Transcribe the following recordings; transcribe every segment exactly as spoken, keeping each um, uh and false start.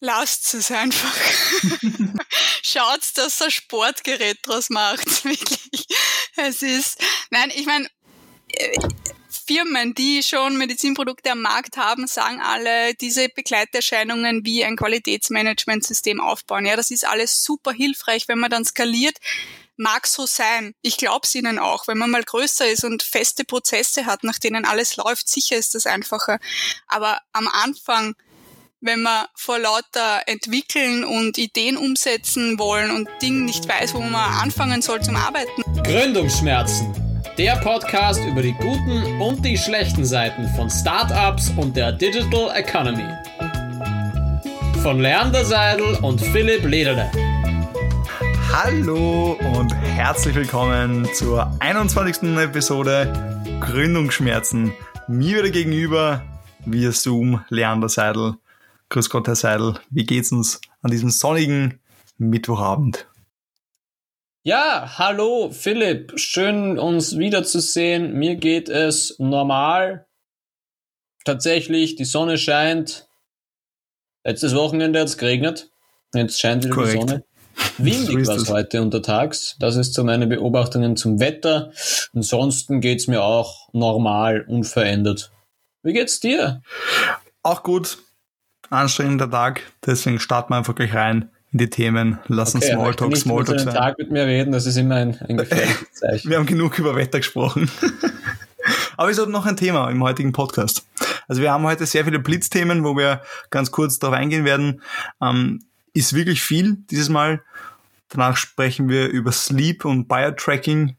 Lasst es einfach. Schaut, dass ihr ein Sportgerät draus macht, wirklich. Es ist, nein, ich meine, Firmen, die schon Medizinprodukte am Markt haben, sagen alle, diese Begleiterscheinungen wie ein Qualitätsmanagementsystem aufbauen. Ja, das ist alles super hilfreich, wenn man dann skaliert. Mag so sein. Ich glaube es ihnen auch. Wenn man mal größer ist und feste Prozesse hat, nach denen alles läuft, sicher ist das einfacher. Aber am Anfang, wenn man vor lauter entwickeln und Ideen umsetzen wollen und Dingen nicht weiß, wo man anfangen soll zum Arbeiten. Gründungsschmerzen. Der Podcast über die guten und die schlechten Seiten von Startups und der Digital Economy. Von Leander Seidel und Philipp Lederle. Hallo und herzlich willkommen zur einundzwanzigsten Episode Gründungsschmerzen. Mir wieder gegenüber via Zoom Leander Seidel. Grüß Gott, Herr Seidel. Wie geht's uns an diesem sonnigen Mittwochabend? Ja, hallo Philipp. Schön, uns wiederzusehen. Mir geht es normal. Tatsächlich, die Sonne scheint. Letztes Wochenende hat es geregnet. Jetzt scheint wieder Korrekt. die Sonne. Windig So war es ist es. heute untertags. Das ist so meine Beobachtungen zum Wetter. Ansonsten geht's mir auch normal, unverändert. Wie geht's dir? Auch gut. Anstrengender Tag. Deswegen starten wir einfach gleich rein in die Themen. Lass uns Okay, aber Smalltalk, nicht über Smalltalk den sein. Tag mit mir reden, das ist immer ein, ein gefährliches Zeichen. Wir haben genug über Wetter gesprochen. Aber es ist noch ein Thema im heutigen Podcast. Also wir haben heute sehr viele Blitzthemen, wo wir ganz kurz darauf eingehen werden. Ähm, ist wirklich viel dieses Mal. Danach sprechen wir über Sleep und Biotracking.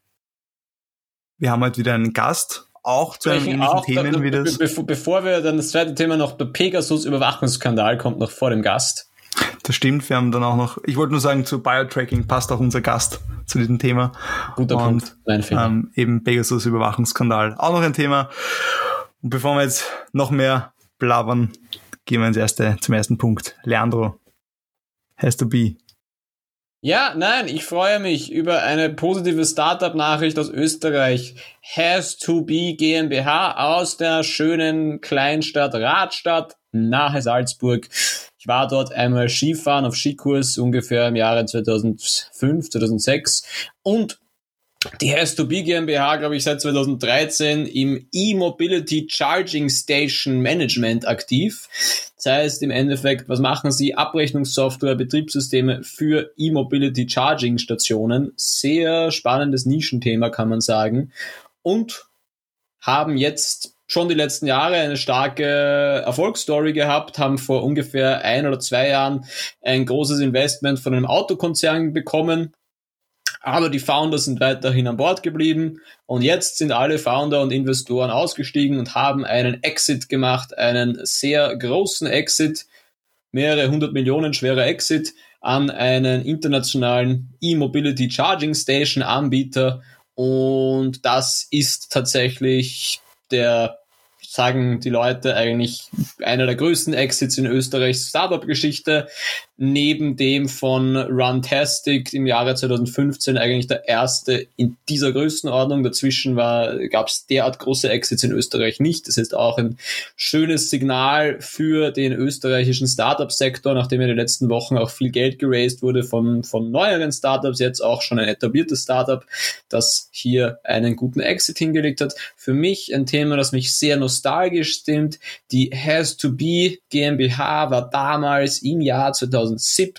Wir haben heute wieder einen Gast, auch zu einem ähnlichen Auch, Themen be- wie das. be- be- Bevor wir dann das zweite Thema noch, der Pegasus-Überwachungsskandal kommt noch vor dem Gast. Das stimmt, wir haben dann auch noch, ich wollte nur sagen, zu Biotracking passt auch unser Gast zu diesem Thema. Guter und, Punkt, mein Fehler. Ähm, eben Pegasus-Überwachungsskandal, auch noch ein Thema. Und bevor wir jetzt noch mehr blabbern, gehen wir ins erste, zum ersten Punkt. Leandro, has to be. Ja, nein, ich freue mich über eine positive Startup-Nachricht aus Österreich. Has to be GmbH aus der schönen Kleinstadt Radstadt nahe Salzburg. Ich war dort einmal Skifahren auf Skikurs ungefähr im Jahre zweitausendfünf, zweitausendsechs und die Has to be GmbH, glaube ich, seit zweitausenddreizehn im E-Mobility Charging Station Management aktiv. Das heißt im Endeffekt, was machen sie? Abrechnungssoftware, Betriebssysteme für E-Mobility Charging Stationen. Sehr spannendes Nischenthema, kann man sagen. Und haben jetzt schon die letzten Jahre eine starke Erfolgsstory gehabt, haben vor ungefähr ein oder zwei Jahren ein großes Investment von einem Autokonzern bekommen. Aber die Founder sind weiterhin an Bord geblieben und jetzt sind alle Founder und Investoren ausgestiegen und haben einen Exit gemacht, einen sehr großen Exit, mehrere hundert Millionen schwerer Exit an einen internationalen E-Mobility Charging Station Anbieter und das ist tatsächlich der, sagen die Leute, eigentlich einer der größten Exits in Österreichs Startup-Geschichte, neben dem von Runtastic im Jahre zweitausendfünfzehn eigentlich der erste in dieser Größenordnung. Dazwischen gab es derart große Exits in Österreich nicht. Das ist auch ein schönes Signal für den österreichischen Startup-Sektor, nachdem in den letzten Wochen auch viel Geld geraced wurde von, von neueren Startups, jetzt auch schon ein etabliertes Startup, das hier einen guten Exit hingelegt hat. Für mich ein Thema, das mich sehr nostalgisch stimmt. Die Has to be GmbH war damals im Jahr zweitausendsiebzehn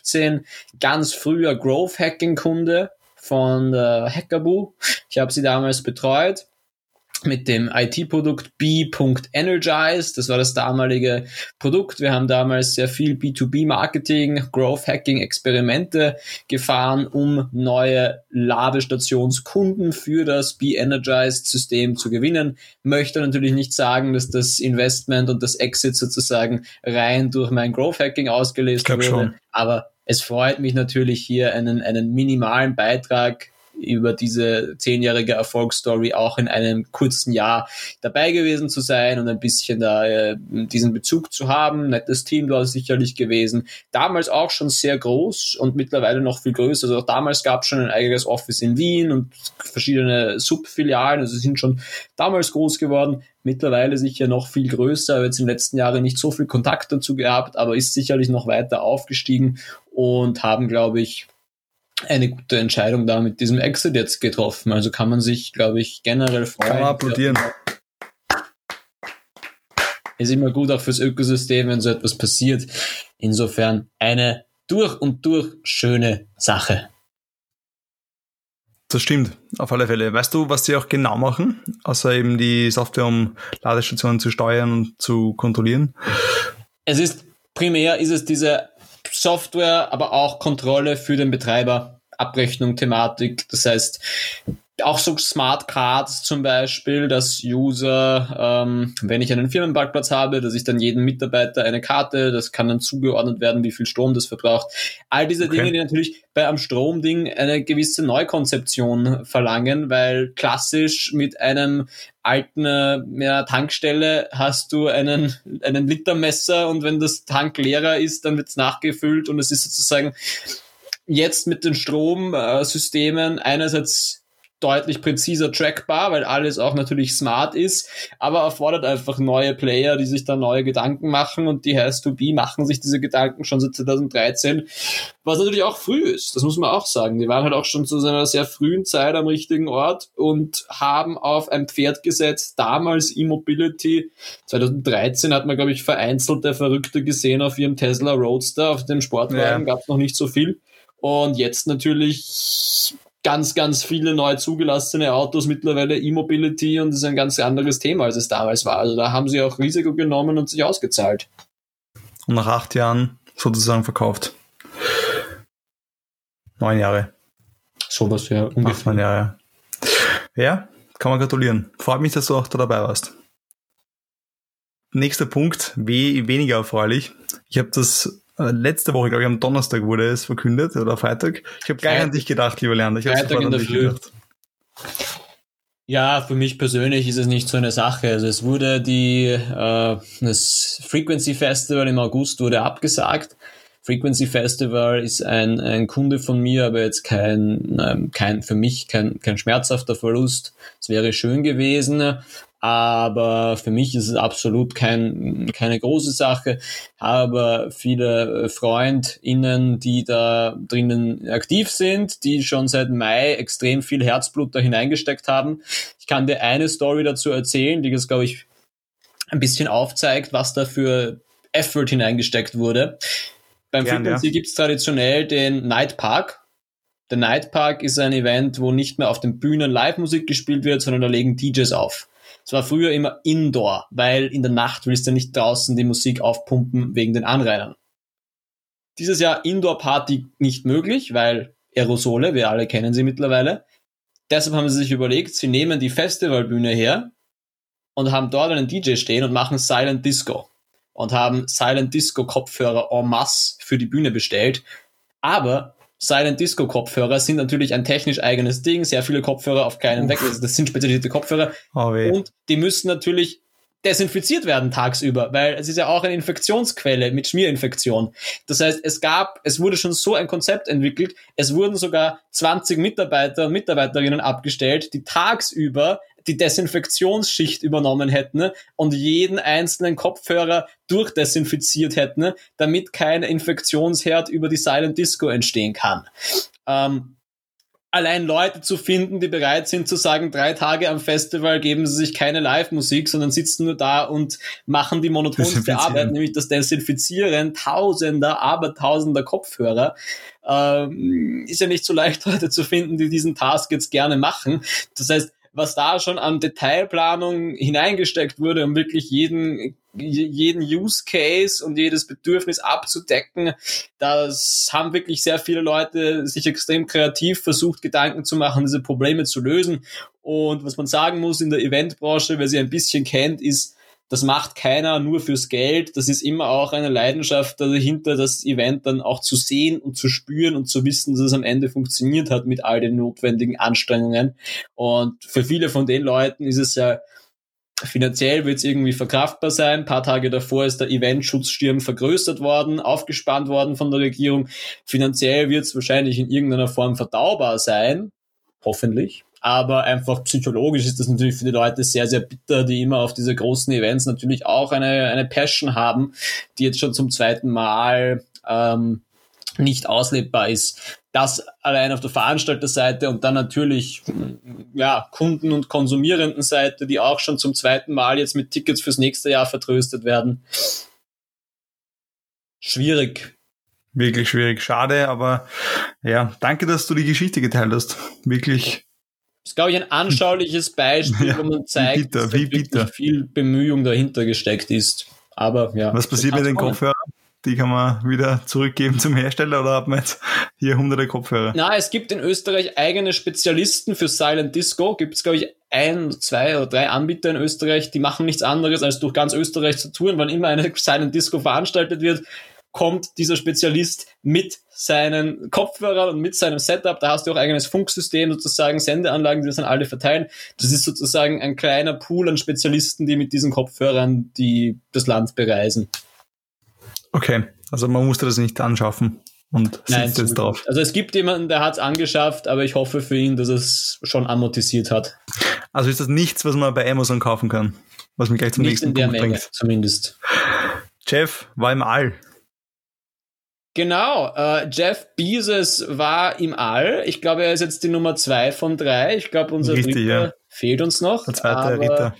ganz früher Growth Hacking Kunde von der Hackaboo. Ich habe sie damals betreut mit dem I T-Produkt B.Energize. Das war das damalige Produkt. Wir haben damals sehr viel B zwei B-Marketing, Growth-Hacking-Experimente gefahren, um neue Ladestationskunden für das B.Energize-System zu gewinnen. Möchte natürlich nicht sagen, dass das Investment und das Exit sozusagen rein durch mein Growth-Hacking ausgelöst Ich glaub wurde. schon. Aber es freut mich natürlich hier einen, einen minimalen Beitrag über diese zehnjährige Erfolgsstory auch in einem kurzen Jahr dabei gewesen zu sein und ein bisschen da äh, diesen Bezug zu haben. Nettes Team dort sicherlich gewesen. Damals auch schon sehr groß und mittlerweile noch viel größer. Also auch damals gab es schon ein eigenes Office in Wien und verschiedene Subfilialen. Also sie sind schon damals groß geworden. Mittlerweile sicher noch viel größer, aber jetzt in den letzten Jahren nicht so viel Kontakt dazu gehabt, aber ist sicherlich noch weiter aufgestiegen und haben, glaube ich, eine gute Entscheidung da mit diesem Exit jetzt getroffen. Also kann man sich, glaube ich, generell freuen. Kann man applaudieren. Ist immer gut auch fürs Ökosystem, wenn so etwas passiert. Insofern eine durch und durch schöne Sache. Das stimmt, auf alle Fälle. Weißt du, was sie auch genau machen, außer eben die Software, um Ladestationen zu steuern und zu kontrollieren? Es ist primär ist es diese Software, aber auch Kontrolle für den Betreiber, Abrechnung, Thematik. Das heißt, auch so Smart Cards zum Beispiel, dass User, ähm, wenn ich einen Firmenparkplatz habe, dass ich dann jedem Mitarbeiter eine Karte, das kann dann zugeordnet werden, wie viel Strom das verbraucht. All diese okay. Dinge, die natürlich bei einem Stromding eine gewisse Neukonzeption verlangen, weil klassisch mit einem alten ja, Tankstelle hast du einen, einen Litermesser und wenn das Tank leerer ist, dann wird es nachgefüllt und es ist sozusagen jetzt mit den Stromsystemen einerseits deutlich präziser trackbar, weil alles auch natürlich smart ist, aber erfordert einfach neue Player, die sich da neue Gedanken machen und die Has to Be machen sich diese Gedanken schon seit zwanzig dreizehn, was natürlich auch früh ist, das muss man auch sagen. Die waren halt auch schon zu einer sehr frühen Zeit am richtigen Ort und haben auf ein Pferd gesetzt, damals E-Mobility. zwanzig dreizehn hat man, glaube ich, vereinzelte Verrückte gesehen auf ihrem Tesla Roadster, auf dem Sportwagen ja. Gab es noch nicht so viel und jetzt natürlich ganz, ganz viele neu zugelassene Autos, mittlerweile E-Mobility und das ist ein ganz anderes Thema, als es damals war. Also da haben sie auch Risiko genommen und sich ausgezahlt. Und nach acht Jahren sozusagen verkauft. Neun Jahre. Sowas, ja. Ungefähr. Acht, neun Jahre. Ja, kann man gratulieren. Freut mich, dass du auch da dabei warst. Nächster Punkt, we- weniger erfreulich. Ich habe das letzte Woche, glaube ich, am Donnerstag wurde es verkündet, oder Freitag. Ich habe gleich an dich gedacht, lieber Leander. Ich Freitag in der Früh. Ja, für mich persönlich ist es nicht so eine Sache. Also es wurde die, äh, das Frequency Festival im August wurde abgesagt. Frequency Festival ist ein, ein Kunde von mir, aber jetzt kein, ähm, kein, für mich kein, kein schmerzhafter Verlust. Es wäre schön gewesen. Aber für mich ist es absolut kein, keine große Sache. Aber viele FreundInnen, die da drinnen aktiv sind, die schon seit Mai extrem viel Herzblut da hineingesteckt haben. Ich kann dir eine Story dazu erzählen, die das, glaube ich, ein bisschen aufzeigt, was da für Effort hineingesteckt wurde. Beim Gern, Frequency ja. gibt es traditionell den Night Park. Der Night Park ist ein Event, wo nicht mehr auf den Bühnen Live-Musik gespielt wird, sondern da legen D Js auf. Es war früher immer Indoor, weil in der Nacht willst du nicht draußen die Musik aufpumpen wegen den Anrainern. Dieses Jahr Indoor-Party nicht möglich, weil Aerosole, wir alle kennen sie mittlerweile. Deshalb haben sie sich überlegt, sie nehmen die Festivalbühne her und haben dort einen D J stehen und machen Silent Disco. Und haben Silent Disco Kopfhörer en masse für die Bühne bestellt. Aber Silent Disco Kopfhörer sind natürlich ein technisch eigenes Ding. Sehr viele Kopfhörer auf keinen Weg. Das sind spezialisierte Kopfhörer. Oh, und die müssen natürlich desinfiziert werden tagsüber, weil es ist ja auch eine Infektionsquelle mit Schmierinfektion. Das heißt, es gab, es wurde schon so ein Konzept entwickelt. Es wurden sogar zwanzig Mitarbeiter und Mitarbeiterinnen abgestellt, die tagsüber die Desinfektionsschicht übernommen hätten und jeden einzelnen Kopfhörer durchdesinfiziert hätten, damit kein Infektionsherd über die Silent Disco entstehen kann. Ähm, allein Leute zu finden, die bereit sind zu sagen, drei Tage am Festival geben sie sich keine Live-Musik, sondern sitzen nur da und machen die monotonste Arbeit, nämlich das Desinfizieren tausender, abertausender Kopfhörer. Ähm, ist ja nicht so leicht, Leute zu finden, die diesen Task jetzt gerne machen. Das heißt, was da schon an Detailplanung hineingesteckt wurde, um wirklich jeden, jeden Use Case und jedes Bedürfnis abzudecken, das haben wirklich sehr viele Leute sich extrem kreativ versucht, Gedanken zu machen, diese Probleme zu lösen. Und was man sagen muss in der Eventbranche, wer sie ein bisschen kennt, ist, das macht keiner nur fürs Geld. Das ist immer auch eine Leidenschaft dahinter, das Event dann auch zu sehen und zu spüren und zu wissen, dass es am Ende funktioniert hat mit all den notwendigen Anstrengungen. Und für viele von den Leuten ist es ja, finanziell wird es irgendwie verkraftbar sein. Ein paar Tage davor ist der Eventschutzschirm vergrößert worden, aufgespannt worden von der Regierung. Finanziell wird es wahrscheinlich in irgendeiner Form verdaubar sein, hoffentlich. Aber einfach psychologisch ist das natürlich für die Leute sehr, sehr bitter, die immer auf diese großen Events natürlich auch eine, eine Passion haben, die jetzt schon zum zweiten Mal ähm, nicht auslebbar ist. Das allein auf der Veranstalterseite und dann natürlich ja Kunden- und Konsumierendenseite, die auch schon zum zweiten Mal jetzt mit Tickets fürs nächste Jahr vertröstet werden. Schwierig. Wirklich schwierig. Schade, aber ja, danke, dass du die Geschichte geteilt hast. Wirklich. Das ist, glaube ich, ein anschauliches Beispiel, ja, wo man zeigt, wie bitter, dass da wie wirklich bitter. viel Bemühung dahinter gesteckt ist. Aber ja. Was passiert mit den Kopfhörern? Die kann man wieder zurückgeben zum Hersteller oder hat man jetzt hier hunderte Kopfhörer? Na, es gibt in Österreich eigene Spezialisten für Silent Disco. Gibt es, glaube ich, ein, zwei oder drei Anbieter in Österreich, die machen nichts anderes, als durch ganz Österreich zu touren. Wann immer eine Silent Disco veranstaltet wird, kommt dieser Spezialist mit seinen Kopfhörern und mit seinem Setup. Da hast du auch eigenes Funksystem, sozusagen Sendeanlagen, die das dann alle verteilen. Das ist sozusagen ein kleiner Pool an Spezialisten, die mit diesen Kopfhörern die das Land bereisen. Okay, also man musste das nicht anschaffen und Nein, sitzt jetzt drauf. Also es gibt jemanden, der hat es angeschafft, aber ich hoffe für ihn, dass es schon amortisiert hat. Also ist das nichts, was man bei Amazon kaufen kann? Was mich gleich zum Nicht nächsten in der Punkt Menge, bringt. zumindest. Jeff war im All. Genau, äh, Jeff Bezos war im All. Ich glaube, er ist jetzt die Nummer zwei von drei. Ich glaube, unser Richtig, dritter ja. fehlt uns noch. Der zweite aber, Ritter.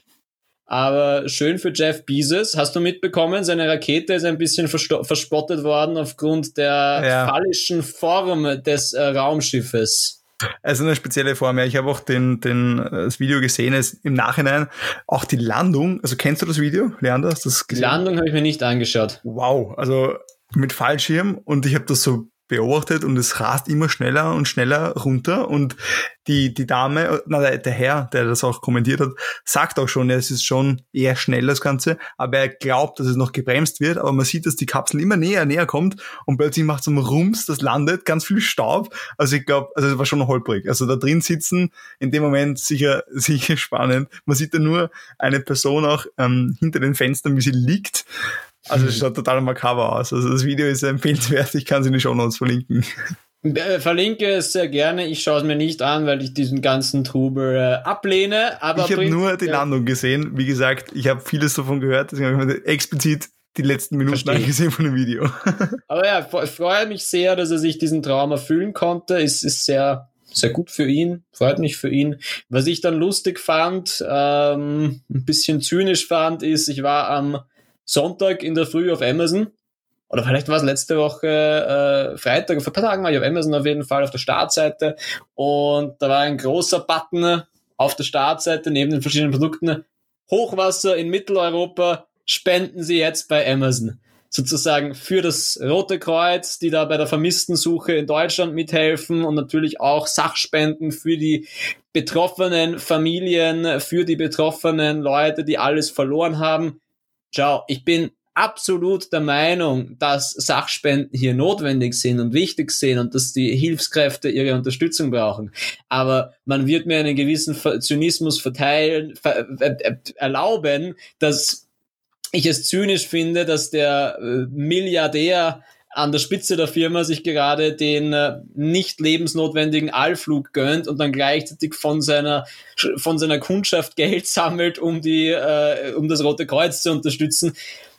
aber schön für Jeff Bezos. Hast du mitbekommen, seine Rakete ist ein bisschen versto- verspottet worden aufgrund der Ja. phallischen Form des äh, Raumschiffes. Also eine spezielle Form. Ja, ich habe auch den, den, das Video gesehen. Es, im Nachhinein auch die Landung. Also kennst du das Video, Leander? Hast du das Die gesehen? Landung habe ich mir nicht angeschaut. Wow, also mit Fallschirm und ich habe das so beobachtet und es rast immer schneller und schneller runter und die die Dame, na der, der Herr, der das auch kommentiert hat, sagt auch schon, ja, es ist schon eher schnell das Ganze, aber er glaubt, dass es noch gebremst wird, aber man sieht, dass die Kapsel immer näher, näher kommt und plötzlich macht es einen Rums, das landet, ganz viel Staub, also ich glaube, also es war schon holprig, also da drin sitzen, in dem Moment sicher sicher spannend, man sieht da nur eine Person auch ähm, hinter den Fenstern, wie sie liegt. Also es schaut total makaber aus. Also das Video ist empfehlenswert, ich kann es in die Shownotes verlinken. Äh, Verlinke es sehr gerne. Ich schaue es mir nicht an, weil ich diesen ganzen Trubel äh, ablehne. Aber ich habe nur die ja, Landung gesehen. Wie gesagt, ich habe vieles davon gehört, deswegen habe ich mir explizit die letzten Minuten Verstehe. angesehen von dem Video. Aber ja, ich freue mich sehr, dass er sich diesen Traum erfüllen konnte. Es ist sehr, sehr gut für ihn. Freut mich für ihn. Was ich dann lustig fand, ähm, ein bisschen zynisch fand, ist, ich war am Sonntag in der Früh auf Amazon. Oder vielleicht war es letzte Woche äh, Freitag, vor ein paar Tagen war ich auf Amazon auf jeden Fall auf der Startseite und da war ein großer Button auf der Startseite neben den verschiedenen Produkten. Hochwasser in Mitteleuropa, spenden Sie jetzt bei Amazon. Sozusagen für das Rote Kreuz, die da bei der Vermisstensuche in Deutschland mithelfen und natürlich auch Sachspenden für die betroffenen Familien, für die betroffenen Leute, die alles verloren haben. Schau, ich bin absolut der Meinung, dass Sachspenden hier notwendig sind und wichtig sind und dass die Hilfskräfte ihre Unterstützung brauchen. Aber man wird mir einen gewissen Zynismus verteilen, ver- äh, erlauben, dass ich es zynisch finde, dass der äh, Milliardär an der Spitze der Firma sich gerade den äh, nicht lebensnotwendigen Allflug gönnt und dann gleichzeitig von seiner von seiner Kundschaft Geld sammelt, um die äh, um das Rote Kreuz zu unterstützen.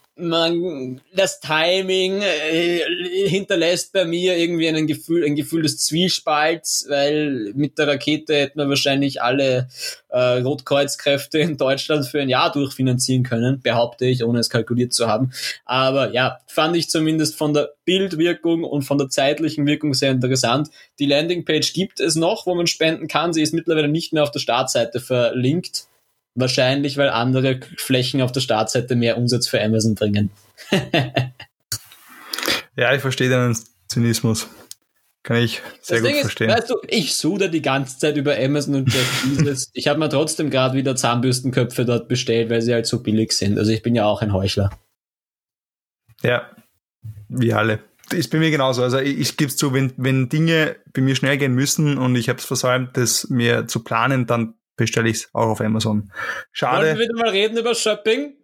Man, das Timing äh, hinterlässt bei mir irgendwie ein Gefühl, ein Gefühl des Zwiespalts, weil mit der Rakete hätten wir wahrscheinlich alle äh, Rotkreuzkräfte in Deutschland für ein Jahr durchfinanzieren können, behaupte ich, ohne es kalkuliert zu haben. Aber ja, fand ich zumindest von der Bildwirkung und von der zeitlichen Wirkung sehr interessant. Die Landingpage gibt es noch, wo man spenden kann. Sie ist mittlerweile nicht mehr auf der Startseite verlinkt. Wahrscheinlich, weil andere Flächen auf der Startseite mehr Umsatz für Amazon bringen. Ja, ich verstehe deinen Zynismus. Kann ich sehr das gut Ding verstehen. Ist, weißt du, ich suche die ganze Zeit über Amazon und Jeff Bezos. Ich habe mir trotzdem gerade wieder Zahnbürstenköpfe dort bestellt, weil sie halt so billig sind. Also ich bin ja auch ein Heuchler. Ja, wie alle. Ist bei mir genauso. Also ich, ich gebe es zu, wenn, wenn Dinge bei mir schnell gehen müssen und ich habe es versäumt, das mir zu planen, dann bestelle ich es auch auf Amazon. Schade. Wollen wir wieder mal reden über Shopping?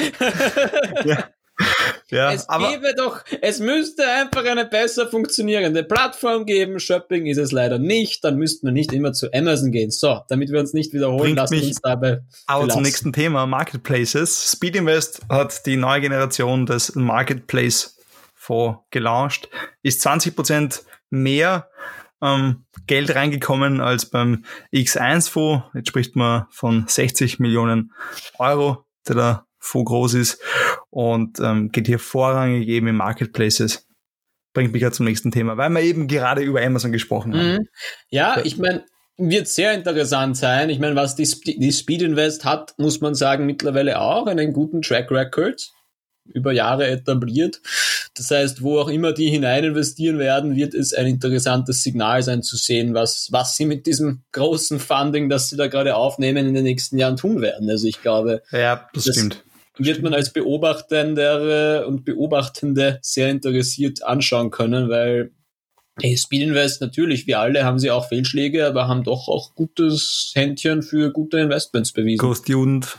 ja. Ja, es aber gäbe doch, es müsste einfach eine besser funktionierende Plattform geben. Shopping ist es leider nicht. Dann müssten wir nicht immer zu Amazon gehen. So, damit wir uns nicht wiederholen, lassen wir uns dabei aber belassen. zum nächsten Thema, Marketplaces. Speedinvest hat die neue Generation des Marketplace Fonds gelauncht. Ist zwanzig Prozent mehr ähm, Geld reingekommen als beim X eins Fonds. Jetzt spricht man von sechzig Millionen Euro, der da Fonds groß ist und ähm, geht hier vorrangig eben in Marketplaces. Bringt mich ja zum nächsten Thema, weil wir eben gerade über Amazon gesprochen haben. Mhm. Ja, ich meine, wird sehr interessant sein. Ich meine, was die, die Speedinvest hat, muss man sagen, mittlerweile auch einen guten Track Record über Jahre etabliert. Das heißt, wo auch immer die hinein investieren werden, wird es ein interessantes Signal sein zu sehen, was, was sie mit diesem großen Funding, das sie da gerade aufnehmen, in den nächsten Jahren tun werden. Also ich glaube, ja, das, das stimmt. wird man als Beobachtende und Beobachtende sehr interessiert anschauen können, weil hey, Speedinvest natürlich, wir alle haben sie auch Fehlschläge, aber haben doch auch gutes Händchen für gute Investments bewiesen. Ghost und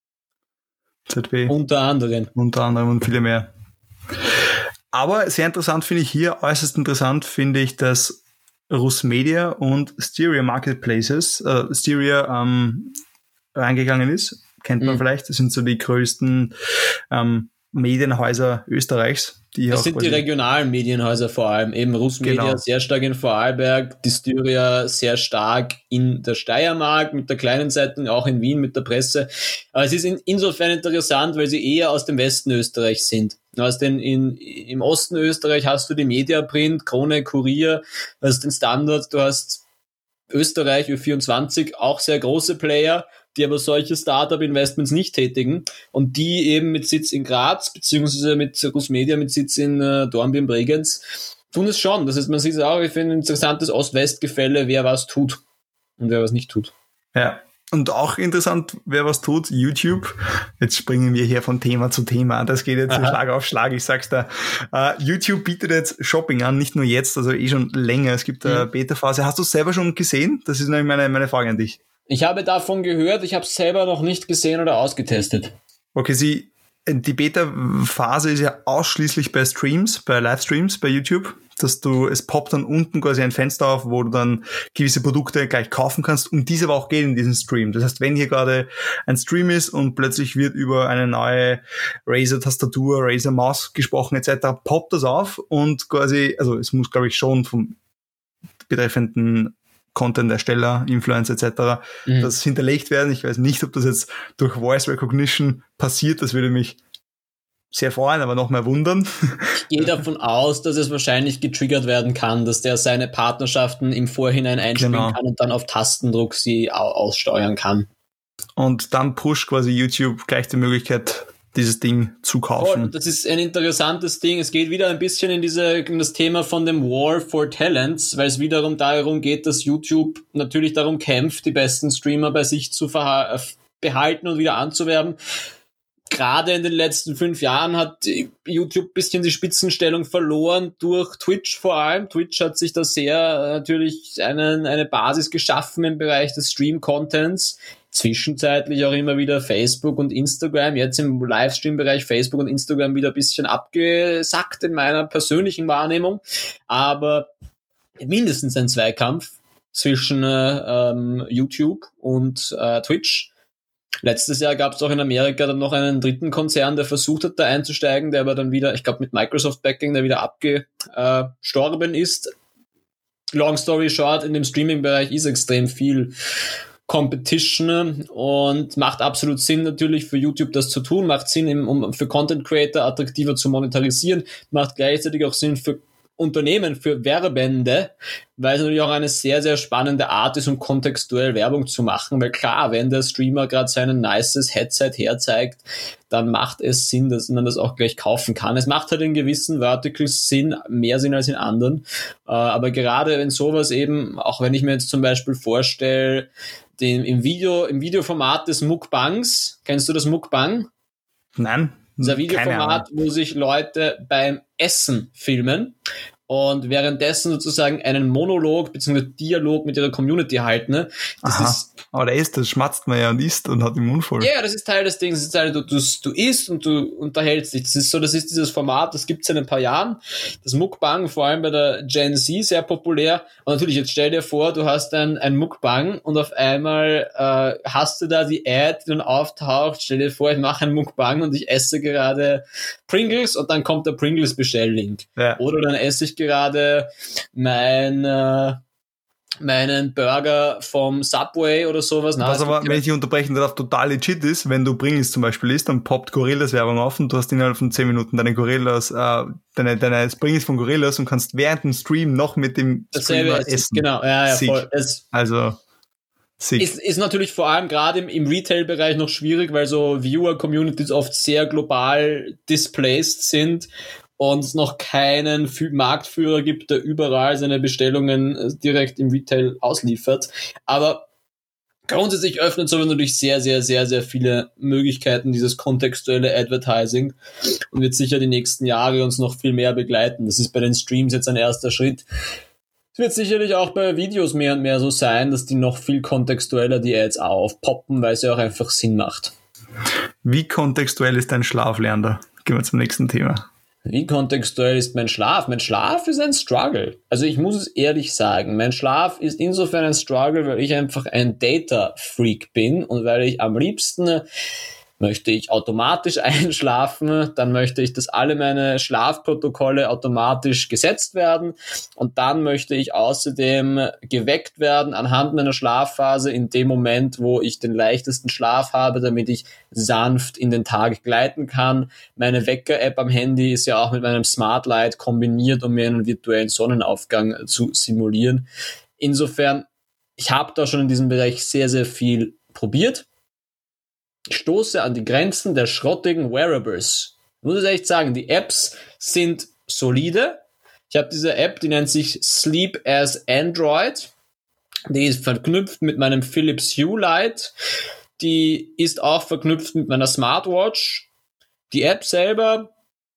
Z B. Unter anderem. Unter anderem und viele mehr. Aber sehr interessant finde ich hier, äußerst interessant finde ich, dass Rusmedia und Styria Marketplaces, äh, Styria ähm, reingegangen ist. Kennt man mhm. vielleicht. Das sind so die größten ähm, Medienhäuser Österreichs. Die das auch sind die regionalen Medienhäuser vor allem. Eben Rusmedia genau. sehr stark in Vorarlberg, die Styria sehr stark in der Steiermark, mit der kleinen Zeitung, auch in Wien mit der Presse. Aber es ist in, insofern interessant, weil sie eher aus dem Westen Österreichs sind. Aus den, in, im Osten Österreich hast du die Mediaprint, Krone, Kurier, du hast den Standard, du hast Österreich, Ö vierundzwanzig, auch sehr große Player, die aber solche Startup-Investments nicht tätigen und die eben mit Sitz in Graz, beziehungsweise mit Rusmedia mit Sitz in äh, Dornbirn im Bregenz, tun es schon. Das heißt, man sieht es auch, ich finde ein interessantes Ost-West-Gefälle, wer was tut und wer was nicht tut. Ja, und auch interessant, wer was tut, YouTube. Jetzt springen wir hier von Thema zu Thema. Das geht jetzt Aha. Schlag auf Schlag, ich sag's da. Uh, YouTube bietet jetzt Shopping an, nicht nur jetzt, also eh schon länger. Es gibt eine mhm. Beta-Phase. Hast du es selber schon gesehen? Das ist nämlich meine, meine Frage an dich. Ich habe davon gehört, ich habe es selber noch nicht gesehen oder ausgetestet. Okay, sie, die Beta-Phase ist ja ausschließlich bei Streams, bei Livestreams, bei YouTube, dass du, es poppt dann unten quasi ein Fenster auf, wo du dann gewisse Produkte gleich kaufen kannst, um diese aber auch geht in diesem Stream. Das heißt, wenn hier gerade ein Stream ist und plötzlich wird über eine neue Razer-Tastatur, Razer-Maus gesprochen et cetera, poppt das auf und quasi, also es muss, glaube ich, schon vom betreffenden Content-Ersteller, Influencer et cetera, mhm. das hinterlegt werden. Ich weiß nicht, ob das jetzt durch Voice Recognition passiert. Das würde mich sehr freuen, aber noch mehr wundern. Ich gehe davon aus, dass es wahrscheinlich getriggert werden kann, dass der seine Partnerschaften im Vorhinein einspielen genau. kann und dann auf Tastendruck sie aussteuern kann. Und dann pusht quasi YouTube gleich die Möglichkeit, dieses Ding zu kaufen. Voll, das ist ein interessantes Ding. Es geht wieder ein bisschen in diese in das Thema von dem War for Talents, weil es wiederum darum geht, dass YouTube natürlich darum kämpft, die besten Streamer bei sich zu verha- behalten und wieder anzuwerben. Gerade in den letzten fünf Jahren hat YouTube ein bisschen die Spitzenstellung verloren durch Twitch vor allem. Twitch hat sich da sehr natürlich einen, eine Basis geschaffen im Bereich des Stream-Contents. Zwischenzeitlich auch immer wieder Facebook und Instagram, jetzt im Livestream-Bereich Facebook und Instagram wieder ein bisschen abgesackt in meiner persönlichen Wahrnehmung, aber mindestens ein Zweikampf zwischen äh, ähm, YouTube und äh, Twitch. Letztes Jahr gab es auch in Amerika dann noch einen dritten Konzern, der versucht hat, da einzusteigen, der aber dann wieder, ich glaube mit Microsoft-Backing, der wieder abgestorben ist. Long story short, in dem Streaming-Bereich ist extrem viel Competition und macht absolut Sinn natürlich für YouTube das zu tun, macht Sinn, um für Content Creator attraktiver zu monetarisieren, macht gleichzeitig auch Sinn für Unternehmen für Werbende, weil es natürlich auch eine sehr, sehr spannende Art ist, um kontextuell Werbung zu machen, weil klar, wenn der Streamer gerade sein nices Headset herzeigt, dann macht es Sinn, dass man das auch gleich kaufen kann. Es macht halt in gewissen Verticals Sinn, mehr Sinn als in anderen, aber gerade wenn sowas eben, auch wenn ich mir jetzt zum Beispiel vorstelle, den, im Video, im Videoformat des Mukbangs, kennst du das Mukbang? Nein. Das ist ein Videoformat, wo sich Leute beim Essen filmen und währenddessen sozusagen einen Monolog bzw. Dialog mit ihrer Community halten. Ne? Das Aha. ist, aber der isst, das schmatzt man ja und isst und hat den Mund voll. ja, yeah, das ist Teil des Dings. Das ist Teil, du, du, du isst und du unterhältst dich. Das ist so, das ist dieses Format, das gibt's seit ein paar Jahren. Das Mukbang, vor allem bei der Gen Z, sehr populär. Und natürlich, jetzt stell dir vor, du hast ein, ein Mukbang und auf einmal äh, hast du da die Ad, die dann auftaucht. Stell dir vor, ich mache ein Mukbang und ich esse gerade Pringles und dann kommt der Pringles-Bestelllink. Ja. Oder dann esse ich gerade mein... Äh, meinen Burger vom Subway oder sowas. Was aber, wenn ich dich unterbrechen darf, total legit ist, wenn du Pringles zum Beispiel isst, dann poppt Gorillas Werbung auf und du hast innerhalb von zehn Minuten deine Gorillas, äh, deine, deine Pringles von Gorillas und kannst während dem Stream noch mit dem Streamer essen. Ist, genau, ja, ja, voll. Es also, sick. Ist, ist natürlich vor allem gerade im, im Retail-Bereich noch schwierig, weil so Viewer-Communities oft sehr global displaced sind und es noch keinen Marktführer gibt, der überall seine Bestellungen direkt im Retail ausliefert. Aber grundsätzlich öffnet sowas natürlich sehr, sehr, sehr, sehr viele Möglichkeiten, dieses kontextuelle Advertising, und wird sicher die nächsten Jahre uns noch viel mehr begleiten. Das ist bei den Streams jetzt ein erster Schritt. Es wird sicherlich auch bei Videos mehr und mehr so sein, dass die noch viel kontextueller die Ads aufpoppen, weil es ja auch einfach Sinn macht. Wie kontextuell ist dein Schlaf, Leander? Gehen wir zum nächsten Thema. Wie kontextuell ist mein Schlaf? Mein Schlaf ist ein Struggle. Also ich muss es ehrlich sagen, mein Schlaf ist insofern ein Struggle, weil ich einfach ein Data-Freak bin und weil ich am liebsten möchte ich automatisch einschlafen, dann möchte ich, dass alle meine Schlafprotokolle automatisch gesetzt werden, und dann möchte ich außerdem geweckt werden anhand meiner Schlafphase in dem Moment, wo ich den leichtesten Schlaf habe, damit ich sanft in den Tag gleiten kann. Meine Wecker-App am Handy ist ja auch mit meinem Smart Light kombiniert, um mir einen virtuellen Sonnenaufgang zu simulieren. Insofern, ich habe da schon in diesem Bereich sehr, sehr viel probiert. Ich stoße an die Grenzen der schrottigen Wearables. Ich muss es echt sagen, die Apps sind solide. Ich habe diese App, die nennt sich Sleep as Android. Die ist verknüpft mit meinem Philips Hue Light. Die ist auch verknüpft mit meiner Smartwatch. Die App selber,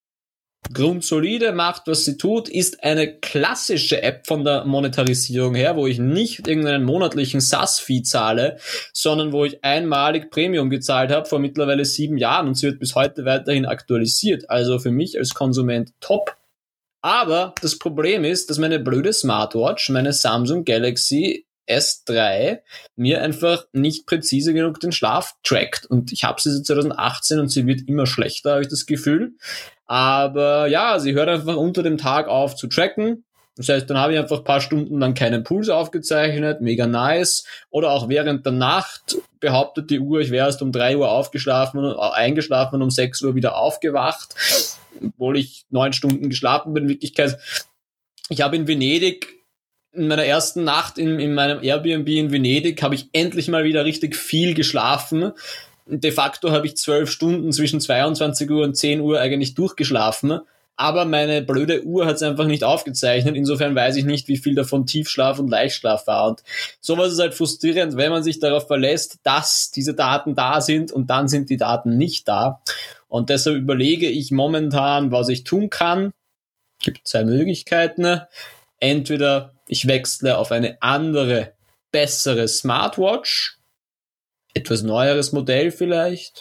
grundsolide, macht, was sie tut, ist eine klassische App von der Monetarisierung her, wo ich nicht irgendeinen monatlichen SaaS-Fee zahle, sondern wo ich einmalig Premium gezahlt habe vor mittlerweile sieben Jahren, und sie wird bis heute weiterhin aktualisiert. Also für mich als Konsument top. Aber das Problem ist, dass meine blöde Smartwatch, meine Samsung Galaxy S drei, mir einfach nicht präzise genug den Schlaf trackt. Und ich habe sie seit zwanzig achtzehn und sie wird immer schlechter, habe ich das Gefühl. Aber ja, sie hört einfach unter dem Tag auf zu tracken. Das heißt, dann habe ich einfach ein paar Stunden lang keinen Puls aufgezeichnet, mega nice. Oder auch während der Nacht behauptet die Uhr, ich wäre erst um drei Uhr aufgeschlafen und eingeschlafen und um sechs Uhr wieder aufgewacht, obwohl ich neun Stunden geschlafen bin in Wirklichkeit. Ich habe in Venedig, in meiner ersten Nacht in, in meinem Airbnb in Venedig, habe ich endlich mal wieder richtig viel geschlafen. De facto habe ich zwölf Stunden zwischen zweiundzwanzig Uhr und zehn Uhr eigentlich durchgeschlafen, aber meine blöde Uhr hat es einfach nicht aufgezeichnet. Insofern weiß ich nicht, wie viel davon Tiefschlaf und Leichtschlaf war. Und sowas ist halt frustrierend, wenn man sich darauf verlässt, dass diese Daten da sind und dann sind die Daten nicht da. Und deshalb überlege ich momentan, was ich tun kann. Es gibt zwei Möglichkeiten. Entweder ich wechsle auf eine andere, bessere Smartwatch, etwas neueres Modell vielleicht.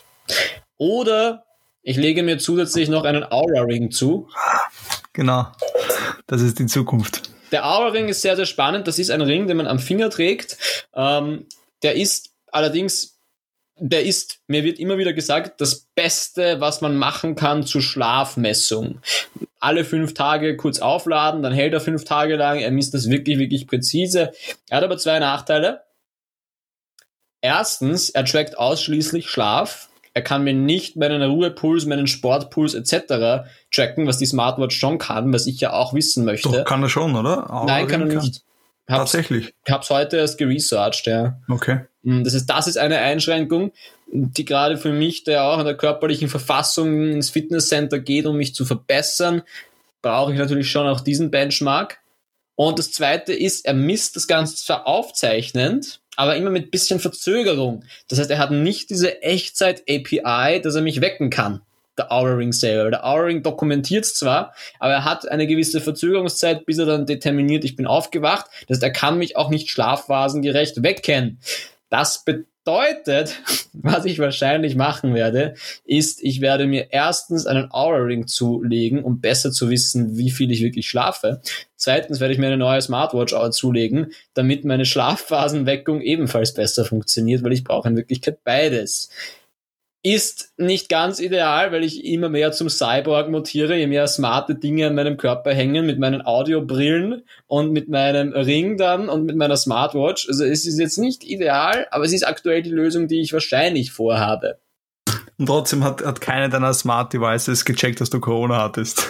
Oder ich lege mir zusätzlich noch einen Oura-Ring zu. Genau, das ist die Zukunft. Der Oura-Ring ist sehr, sehr spannend. Das ist ein Ring, den man am Finger trägt. Ähm, der ist allerdings, der ist, mir wird immer wieder gesagt, das Beste, was man machen kann zur Schlafmessung. Alle fünf Tage kurz aufladen, dann hält er fünf Tage lang. Er misst das wirklich, wirklich präzise. Er hat aber zwei Nachteile. Erstens, er trackt ausschließlich Schlaf. Er kann mir nicht meinen Ruhepuls, meinen Sportpuls et cetera tracken, was die Smartwatch schon kann, was ich ja auch wissen möchte. Doch, kann er schon, oder? Aber Nein, kann er kann. nicht. Hab's, Tatsächlich? Ich habe es heute erst geresearched, ja. Okay. Das ist, das ist eine Einschränkung, die gerade für mich, der auch in der körperlichen Verfassung ins Fitnesscenter geht, um mich zu verbessern, brauche ich natürlich schon auch diesen Benchmark. Und das Zweite ist, er misst das Ganze zwar aufzeichnend, aber immer mit bisschen Verzögerung. Das heißt, er hat nicht diese Echtzeit-A P I, dass er mich wecken kann, der Oura Ring selber. Der Oura Ring dokumentiert es zwar, aber er hat eine gewisse Verzögerungszeit, bis er dann determiniert, ich bin aufgewacht. Das heißt, er kann mich auch nicht schlafphasengerecht wecken. Das bedeutet, was ich wahrscheinlich machen werde, ist, ich werde mir erstens einen Oura Ring zulegen, um besser zu wissen, wie viel ich wirklich schlafe. Zweitens werde ich mir eine neue Smartwatch zulegen, damit meine Schlafphasenweckung ebenfalls besser funktioniert, weil ich brauche in Wirklichkeit beides. Ist nicht ganz ideal, weil ich immer mehr zum Cyborg mutiere, je mehr smarte Dinge an meinem Körper hängen, mit meinen Audiobrillen und mit meinem Ring dann und mit meiner Smartwatch. Also es ist jetzt nicht ideal, aber es ist aktuell die Lösung, die ich wahrscheinlich vorhabe. Und trotzdem hat, hat keine deiner Smart Devices gecheckt, dass du Corona hattest.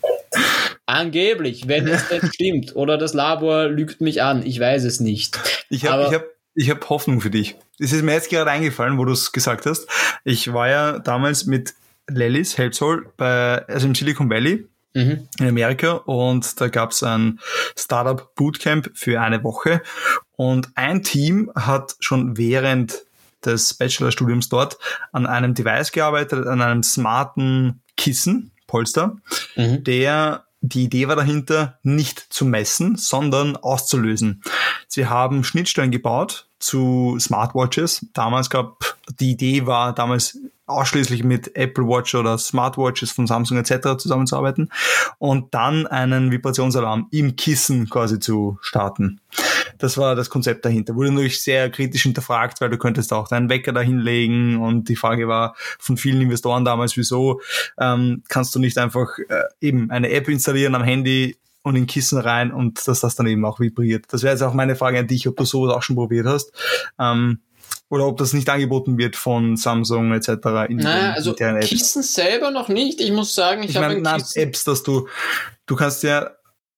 Angeblich, wenn es denn stimmt. Oder das Labor lügt mich an, ich weiß es nicht. Ich habe ich hab, ich hab Hoffnung für dich. Es ist mir jetzt gerade eingefallen, wo du es gesagt hast. Ich war ja damals mit Lellis Helpsol bei, also im Silicon Valley mhm. in Amerika, und da gab es ein Startup Bootcamp für eine Woche, und ein Team hat schon während des Bachelorstudiums dort an einem Device gearbeitet, an einem smarten Kissen, Polster, mhm. der die Idee war dahinter, nicht zu messen, sondern auszulösen. Sie haben Schnittstellen gebaut zu Smartwatches. Damals gab, die Idee war damals ausschließlich mit Apple Watch oder Smartwatches von Samsung et cetera zusammenzuarbeiten und dann einen Vibrationsalarm im Kissen quasi zu starten. Das war das Konzept dahinter. Wurde natürlich sehr kritisch hinterfragt, weil du könntest auch deinen Wecker da hinlegen, und die Frage war von vielen Investoren damals, wieso ähm, kannst du nicht einfach äh, eben eine App installieren am Handy und in Kissen rein und dass das dann eben auch vibriert. Das wäre jetzt auch meine Frage an dich, ob du sowas auch schon probiert hast. Ähm, Oder ob das nicht angeboten wird von Samsung et cetera in naja, den also internen Apps. Kissen selber noch nicht. Ich muss sagen, ich, ich habe meine, Apps, dass du, du kannst ja,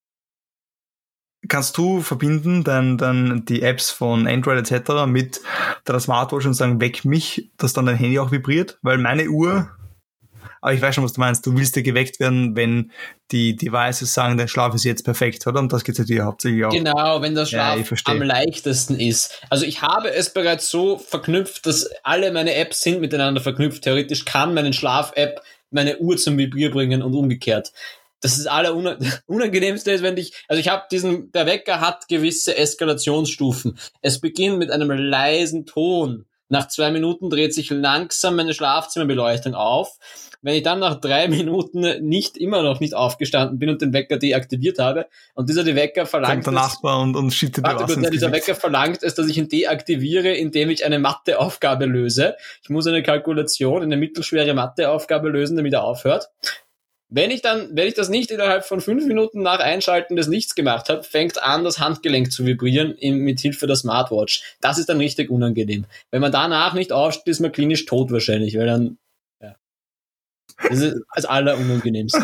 kannst du verbinden dann, dann die Apps von Android et cetera mit deiner Smartwatch und sagen, weck mich, dass dann dein Handy auch vibriert, weil meine Uhr, aber ich weiß schon, was du meinst, du willst ja geweckt werden, wenn die Devices sagen, dein Schlaf ist jetzt perfekt, oder? Und das geht natürlich hauptsächlich auch. Genau, wenn der Schlaf ja, am leichtesten ist. Also ich habe es bereits so verknüpft, dass alle meine Apps sind miteinander verknüpft. Theoretisch kann meine Schlaf-App meine Uhr zum Vibrieren bringen und umgekehrt. Das ist aller unangenehmste ist, wenn ich, also ich habe diesen, der Wecker hat gewisse Eskalationsstufen. Es beginnt mit einem leisen Ton. Nach zwei Minuten dreht sich langsam meine Schlafzimmerbeleuchtung auf. Wenn ich dann nach drei Minuten nicht immer noch nicht aufgestanden bin und den Wecker deaktiviert habe und dieser die Wecker verlangt, kommt der Nachbar und, und schüttet dir was ins Gesicht. Dieser Wecker verlangt es, dass ich ihn deaktiviere, indem ich eine Matheaufgabe löse. Ich muss eine Kalkulation, eine mittelschwere Matheaufgabe lösen, damit er aufhört. Wenn ich dann, wenn ich das nicht innerhalb von fünf Minuten nach Einschalten des Lichts gemacht habe, fängt an, das Handgelenk zu vibrieren mit Hilfe der Smartwatch. Das ist dann richtig unangenehm. Wenn man danach nicht aufsteht, ist man klinisch tot wahrscheinlich, weil dann, ja. Das ist das Allerunangenehmste.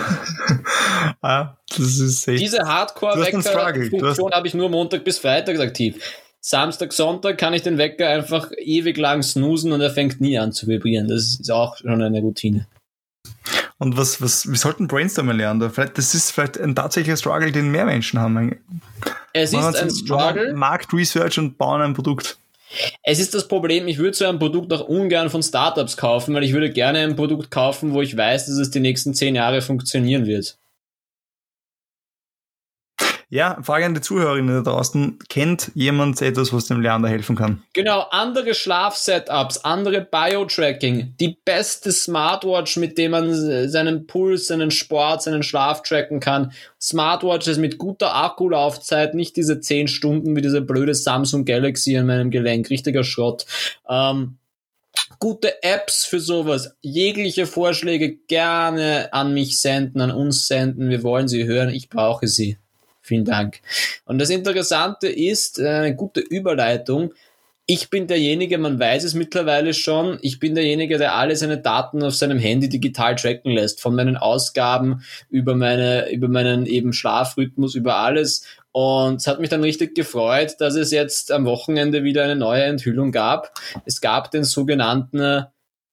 Ah, das ist echt. Diese Hardcore-Wecker-Funktion habe ich nur Montag bis Freitag aktiv. Samstag, Sonntag kann ich den Wecker einfach ewig lang snoosen und er fängt nie an zu vibrieren. Das ist auch schon eine Routine. Und was, was, wir sollten brainstormen lernen. Vielleicht, das ist vielleicht ein tatsächlicher Struggle, den mehr Menschen haben. Es ist ein Struggle. Marktresearch und bauen ein Produkt. Es ist das Problem, ich würde so ein Produkt auch ungern von Startups kaufen, weil ich würde gerne ein Produkt kaufen, wo ich weiß, dass es die nächsten zehn Jahre funktionieren wird. Ja, Frage an die Zuhörerinnen da draußen. Kennt jemand etwas, was dem Lerner helfen kann? Genau, andere Schlafsetups, andere Bio-Tracking, die beste Smartwatch, mit dem man seinen Puls, seinen Sport, seinen Schlaf tracken kann. Smartwatches mit guter Akkulaufzeit, nicht diese zehn Stunden wie diese blöde Samsung Galaxy an meinem Gelenk, richtiger Schrott. Ähm, gute Apps für sowas, jegliche Vorschläge gerne an mich senden, an uns senden, wir wollen sie hören, ich brauche sie. Vielen Dank. Und das Interessante ist, eine gute Überleitung, ich bin derjenige, man weiß es mittlerweile schon, ich bin derjenige, der alle seine Daten auf seinem Handy digital tracken lässt, von meinen Ausgaben über meine, über meinen eben Schlafrhythmus, über alles. Und es hat mich dann richtig gefreut, dass es jetzt am Wochenende wieder eine neue Enthüllung gab. Es gab den sogenannten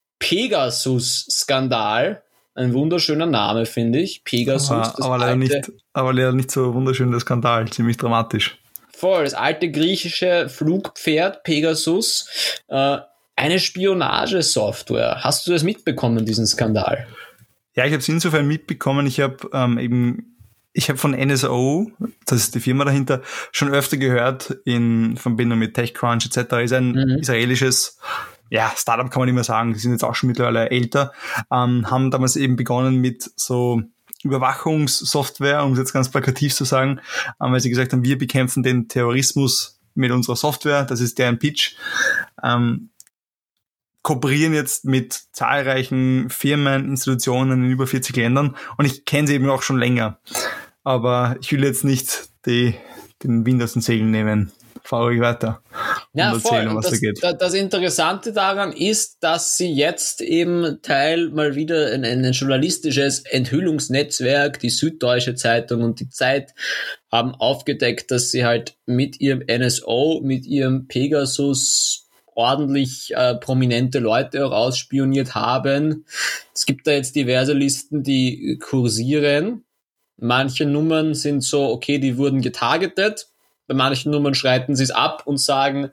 Pegasus-Skandal. Ein wunderschöner Name, finde ich. Pegasus. Aber, aber, leider nicht, aber leider nicht so wunderschön der Skandal, ziemlich dramatisch. Voll, das alte griechische Flugpferd Pegasus, äh, eine Spionagesoftware. Hast du das mitbekommen, diesen Skandal? Ja, ich habe es insofern mitbekommen. Ich habe ähm, eben, ich habe von N S O, das ist die Firma dahinter, schon öfter gehört in Verbindung mit TechCrunch et cetera. Ist ein mhm. israelisches, ja, Startup kann man nicht mehr sagen. Die sind jetzt auch schon mittlerweile älter. Ähm, haben damals eben begonnen mit so Überwachungssoftware, um es jetzt ganz plakativ zu sagen, weil sie gesagt haben, wir bekämpfen den Terrorismus mit unserer Software, das ist deren Pitch. Ähm, kooperieren jetzt mit zahlreichen Firmen, Institutionen in über vierzig Ländern und ich kenne sie eben auch schon länger. Aber ich will jetzt nicht die, den Wind aus den Segeln nehmen. Fahr ruhig weiter. Ja, voll. Und das, da, das Interessante daran ist, dass sie jetzt eben Teil mal wieder ein, ein journalistisches Enthüllungsnetzwerk, die Süddeutsche Zeitung und die Zeit, haben aufgedeckt, dass sie halt mit ihrem N S O, mit ihrem Pegasus ordentlich äh, prominente Leute auch ausspioniert haben. Es gibt da jetzt diverse Listen, die kursieren. Manche Nummern sind so, okay, die wurden getargetet. Bei manchen Nummern schreiten sie es ab und sagen,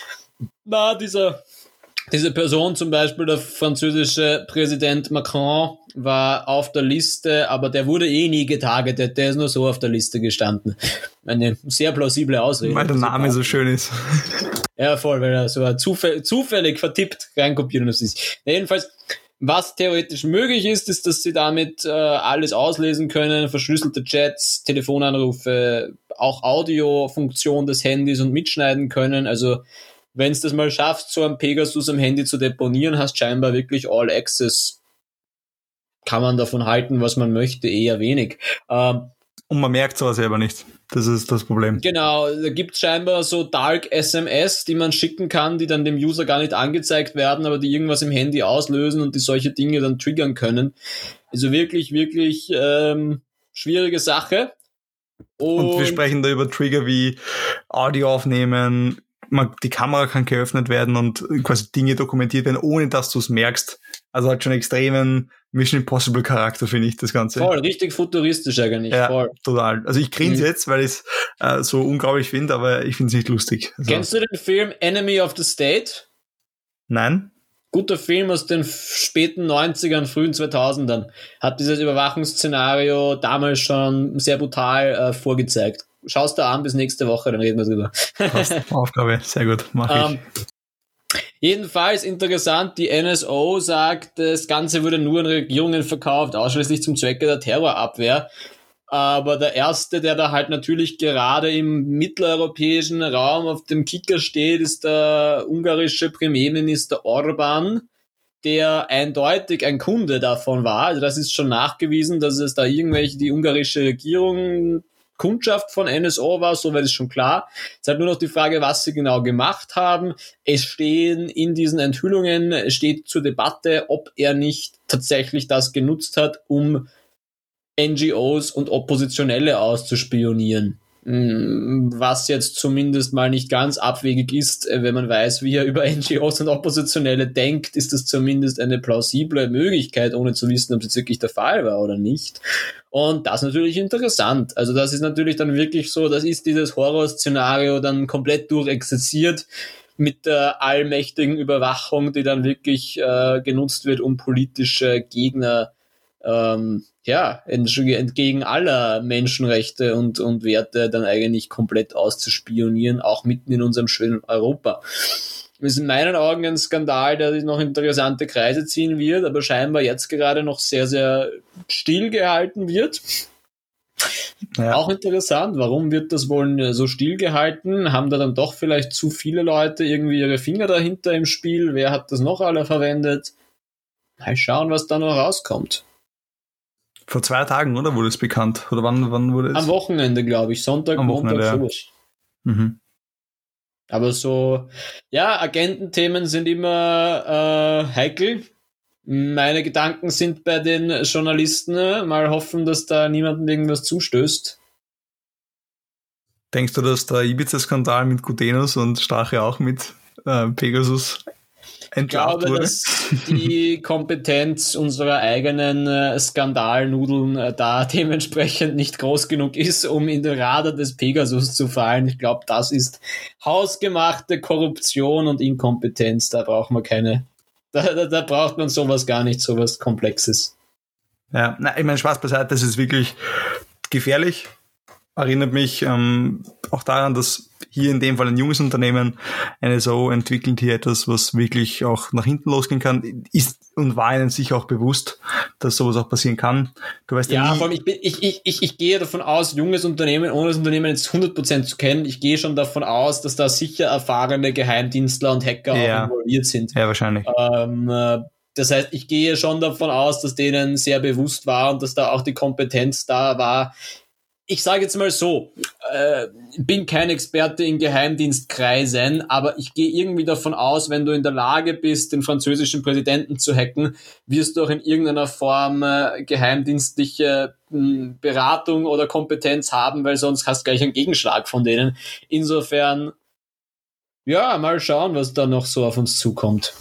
na, dieser, diese Person, zum Beispiel der französische Präsident Macron, war auf der Liste, aber der wurde eh nie getargetet, der ist nur so auf der Liste gestanden. Eine sehr plausible Ausrede. Weil der Name so schön ist. Ja, voll, weil er so zufällig, zufällig vertippt reinkopiert und das ist. Jedenfalls, was theoretisch möglich ist, ist, dass sie damit äh, alles auslesen können, verschlüsselte Chats, Telefonanrufe, auch Audiofunktion des Handys und mitschneiden können. Also wenn es das mal schaffst, so ein Pegasus am Handy zu deponieren, hast scheinbar wirklich All Access. Kann man davon halten, was man möchte, eher wenig. Ähm, Und man merkt es aber selber nicht. Das ist das Problem. Genau, da gibt es scheinbar so Dark S M S, die man schicken kann, die dann dem User gar nicht angezeigt werden, aber die irgendwas im Handy auslösen und die solche Dinge dann triggern können. Also wirklich, wirklich ähm, schwierige Sache. Und, und wir sprechen da über Trigger wie Audio aufnehmen, man, die Kamera kann geöffnet werden und quasi Dinge dokumentiert werden, ohne dass du es merkst. Also hat schon extremen Mission Impossible Charakter, finde ich, das Ganze. Voll, richtig futuristisch eigentlich. Ja, voll. Total. Also ich grinse mhm. jetzt, weil ich es äh, so unglaublich finde, aber ich finde es nicht lustig. Also, kennst du den Film Enemy of the State? Nein. Guter Film aus den späten neunzigern, frühen zweitausendern. Hat dieses Überwachungsszenario damals schon sehr brutal äh, vorgezeigt. Schau's da an bis nächste Woche, dann reden wir drüber. Passt. Aufgabe, sehr gut, mach ich. Ähm, jedenfalls interessant, die N S O sagt, das Ganze wurde nur an Regierungen verkauft, ausschließlich zum Zwecke der Terrorabwehr. Aber der Erste, der da halt natürlich gerade im mitteleuropäischen Raum auf dem Kicker steht, ist der ungarische Premierminister Orban, der eindeutig ein Kunde davon war. Also das ist schon nachgewiesen, dass es da irgendwelche, die ungarische Regierung Kundschaft von N S O war, soweit ist schon klar. Es ist halt nur noch die Frage, was sie genau gemacht haben. Es stehen in diesen Enthüllungen, steht zur Debatte, ob er nicht tatsächlich das genutzt hat, um N G Os und Oppositionelle auszuspionieren. Was jetzt zumindest mal nicht ganz abwegig ist, wenn man weiß, wie er über N G Os und Oppositionelle denkt, ist das zumindest eine plausible Möglichkeit, ohne zu wissen, ob es jetzt wirklich der Fall war oder nicht. Und das ist natürlich interessant. Also das ist natürlich dann wirklich so, das ist dieses Horrorszenario dann komplett durchexerziert mit der allmächtigen Überwachung, die dann wirklich äh, genutzt wird, um politische Gegner ähm, ja, entgegen aller Menschenrechte und, und Werte dann eigentlich komplett auszuspionieren, auch mitten in unserem schönen Europa. Das ist in meinen Augen ein Skandal, der noch interessante Kreise ziehen wird, aber scheinbar jetzt gerade noch sehr, sehr still gehalten wird. Ja. Auch interessant, warum wird das wohl so still gehalten? Haben da dann doch vielleicht zu viele Leute irgendwie ihre Finger dahinter im Spiel? Wer hat das noch alle verwendet? Mal schauen, was da noch rauskommt. Vor zwei Tagen, oder? Wurde es bekannt? Oder wann, wann wurde es? Am Wochenende, glaube ich. Sonntag, Am Wochenende, Montag, ja. sowas. Mhm. Aber so, ja, Agententhemen sind immer äh, heikel. Meine Gedanken sind bei den Journalisten, mal hoffen, dass da niemandem irgendwas zustößt. Denkst du, dass der Ibiza-Skandal mit Gudenus und Strache auch mit äh, Pegasus entlarvt wurde? Ich glaube, dass die Kompetenz unserer eigenen äh, Skandalnudeln äh, da dementsprechend nicht groß genug ist, um in den Radar des Pegasus zu fallen. Ich glaube, das ist hausgemachte Korruption und Inkompetenz. Da braucht man keine, da, da, da braucht man sowas gar nicht, sowas Komplexes. Ja, na, ich meine, Spaß beiseite, das ist wirklich gefährlich. Erinnert mich ähm, auch daran, dass hier in dem Fall ein junges Unternehmen, N S O, entwickelt hier etwas, was wirklich auch nach hinten losgehen kann, ist und war ihnen sicher auch bewusst, dass sowas auch passieren kann. Du weißt ja, ja nie, vor allem, ich, bin, ich, ich, ich, ich gehe davon aus, junges Unternehmen, ohne das Unternehmen jetzt hundert Prozent zu kennen, ich gehe schon davon aus, dass da sicher erfahrene Geheimdienstler und Hacker ja, auch involviert sind. Ja, wahrscheinlich. Ähm, äh, das heißt, ich gehe schon davon aus, dass denen sehr bewusst war und dass da auch die Kompetenz da war. Ich sage jetzt mal so, äh, bin kein Experte in Geheimdienstkreisen, aber ich gehe irgendwie davon aus, wenn du in der Lage bist, den französischen Präsidenten zu hacken, wirst du auch in irgendeiner Form äh, geheimdienstliche mh, Beratung oder Kompetenz haben, weil sonst hast du gleich einen Gegenschlag von denen. Insofern, ja, mal schauen, was da noch so auf uns zukommt.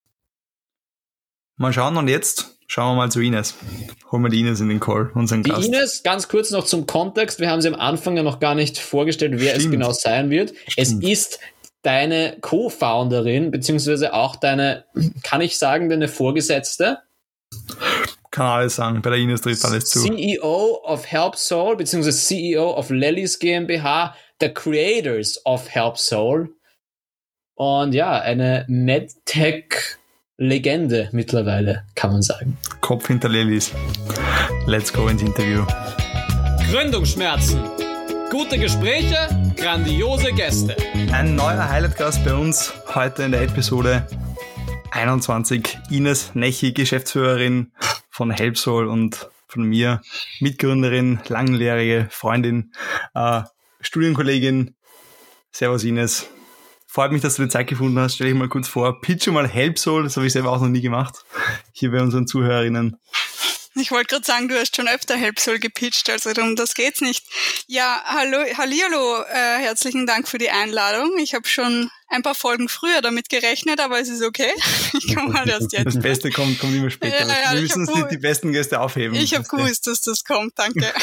Mal schauen, und jetzt schauen wir mal zu Ines. Holen wir die Ines in den Call, unseren Die Gast. Ines, ganz kurz noch zum Kontext. Wir haben sie am Anfang ja noch gar nicht vorgestellt, wer Stimmt. es genau sein wird. Stimmt. Es ist deine Co-Founderin, beziehungsweise auch deine, kann ich sagen, deine Vorgesetzte? Kann alles sagen, bei der Ines trifft alles zu. C E O of HelpSoul, beziehungsweise C E O of Lellys GmbH, the Creators of HelpSoul. Und ja, eine MedTech Legende mittlerweile, kann man sagen. Kopf hinter Lellys. Let's go ins Interview. Gründungsschmerzen. Gute Gespräche, grandiose Gäste. Ein neuer Highlight-Gast bei uns heute in der Episode einundzwanzig. Ines Nechy, Geschäftsführerin von HelpSoul und von mir, Mitgründerin, langjährige Freundin, äh, Studienkollegin. Servus Ines. Freut mich, dass du die Zeit gefunden hast. Stell dich mal kurz vor. Pitch mal HelpSoul, das habe ich selber auch noch nie gemacht. Hier bei unseren Zuhörerinnen. Ich wollte gerade sagen, du hast schon öfter HelpSoul gepitcht, also darum das geht's nicht. Ja, hallo, hallihallo, äh, herzlichen Dank für die Einladung. Ich habe schon ein paar Folgen früher damit gerechnet, aber es ist okay. Ich komme halt erst jetzt. Das Beste kommt, kommt immer später. Ja, ja, Wir müssen uns die, die besten Gäste aufheben. Ich habe gewusst, dass das kommt, danke.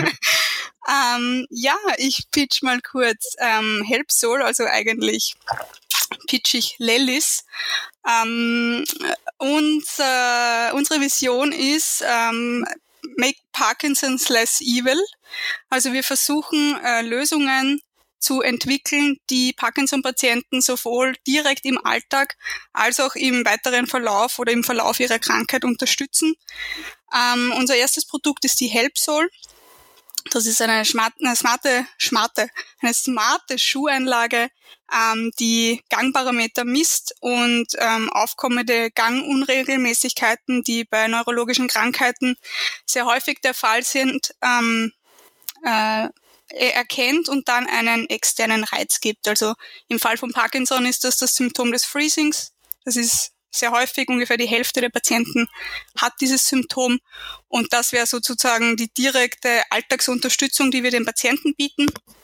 ähm, ja, ich pitch mal kurz ähm, HelpSoul, also eigentlich pitch ich Lellys. Ähm, und äh, unsere Vision ist ähm, Make Parkinson's Less Evil. Also wir versuchen äh, Lösungen zu entwickeln, die Parkinson-Patienten sowohl direkt im Alltag als auch im weiteren Verlauf oder im Verlauf ihrer Krankheit unterstützen. Ähm, unser erstes Produkt ist die HelpSoul. Das ist eine, smart, eine smarte, smarte, eine smarte Schuheinlage, ähm, die Gangparameter misst und ähm, aufkommende Gangunregelmäßigkeiten, die bei neurologischen Krankheiten sehr häufig der Fall sind, ähm, äh, erkennt und dann einen externen Reiz gibt. Also im Fall von Parkinson ist das das Symptom des Freezings. Das ist sehr häufig, ungefähr die Hälfte der Patienten hat dieses Symptom. Und das wäre sozusagen die direkte Alltagsunterstützung, die wir den Patienten bieten.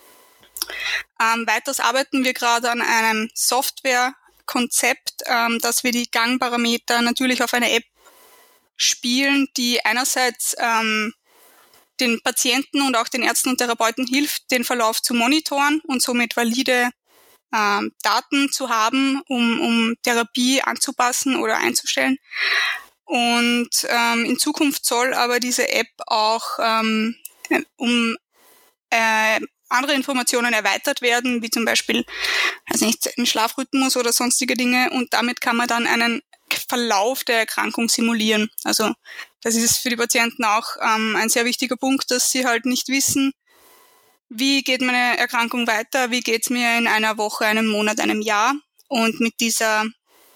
Ähm, weiters arbeiten wir gerade an einem Softwarekonzept, ähm, dass wir die Gangparameter natürlich auf eine App spielen, die einerseits ähm, den Patienten und auch den Ärzten und Therapeuten hilft, den Verlauf zu monitoren und somit valide ähm, Daten zu haben, um, um Therapie anzupassen oder einzustellen. Und ähm, in Zukunft soll aber diese App auch ähm, um äh, andere Informationen erweitert werden, wie zum Beispiel, also nicht ein Schlafrhythmus oder sonstige Dinge, und damit kann man dann einen Verlauf der Erkrankung simulieren. Also das ist für die Patienten auch ähm, ein sehr wichtiger Punkt, dass sie halt nicht wissen, wie geht meine Erkrankung weiter, wie geht's mir in einer Woche, einem Monat, einem Jahr. Und mit dieser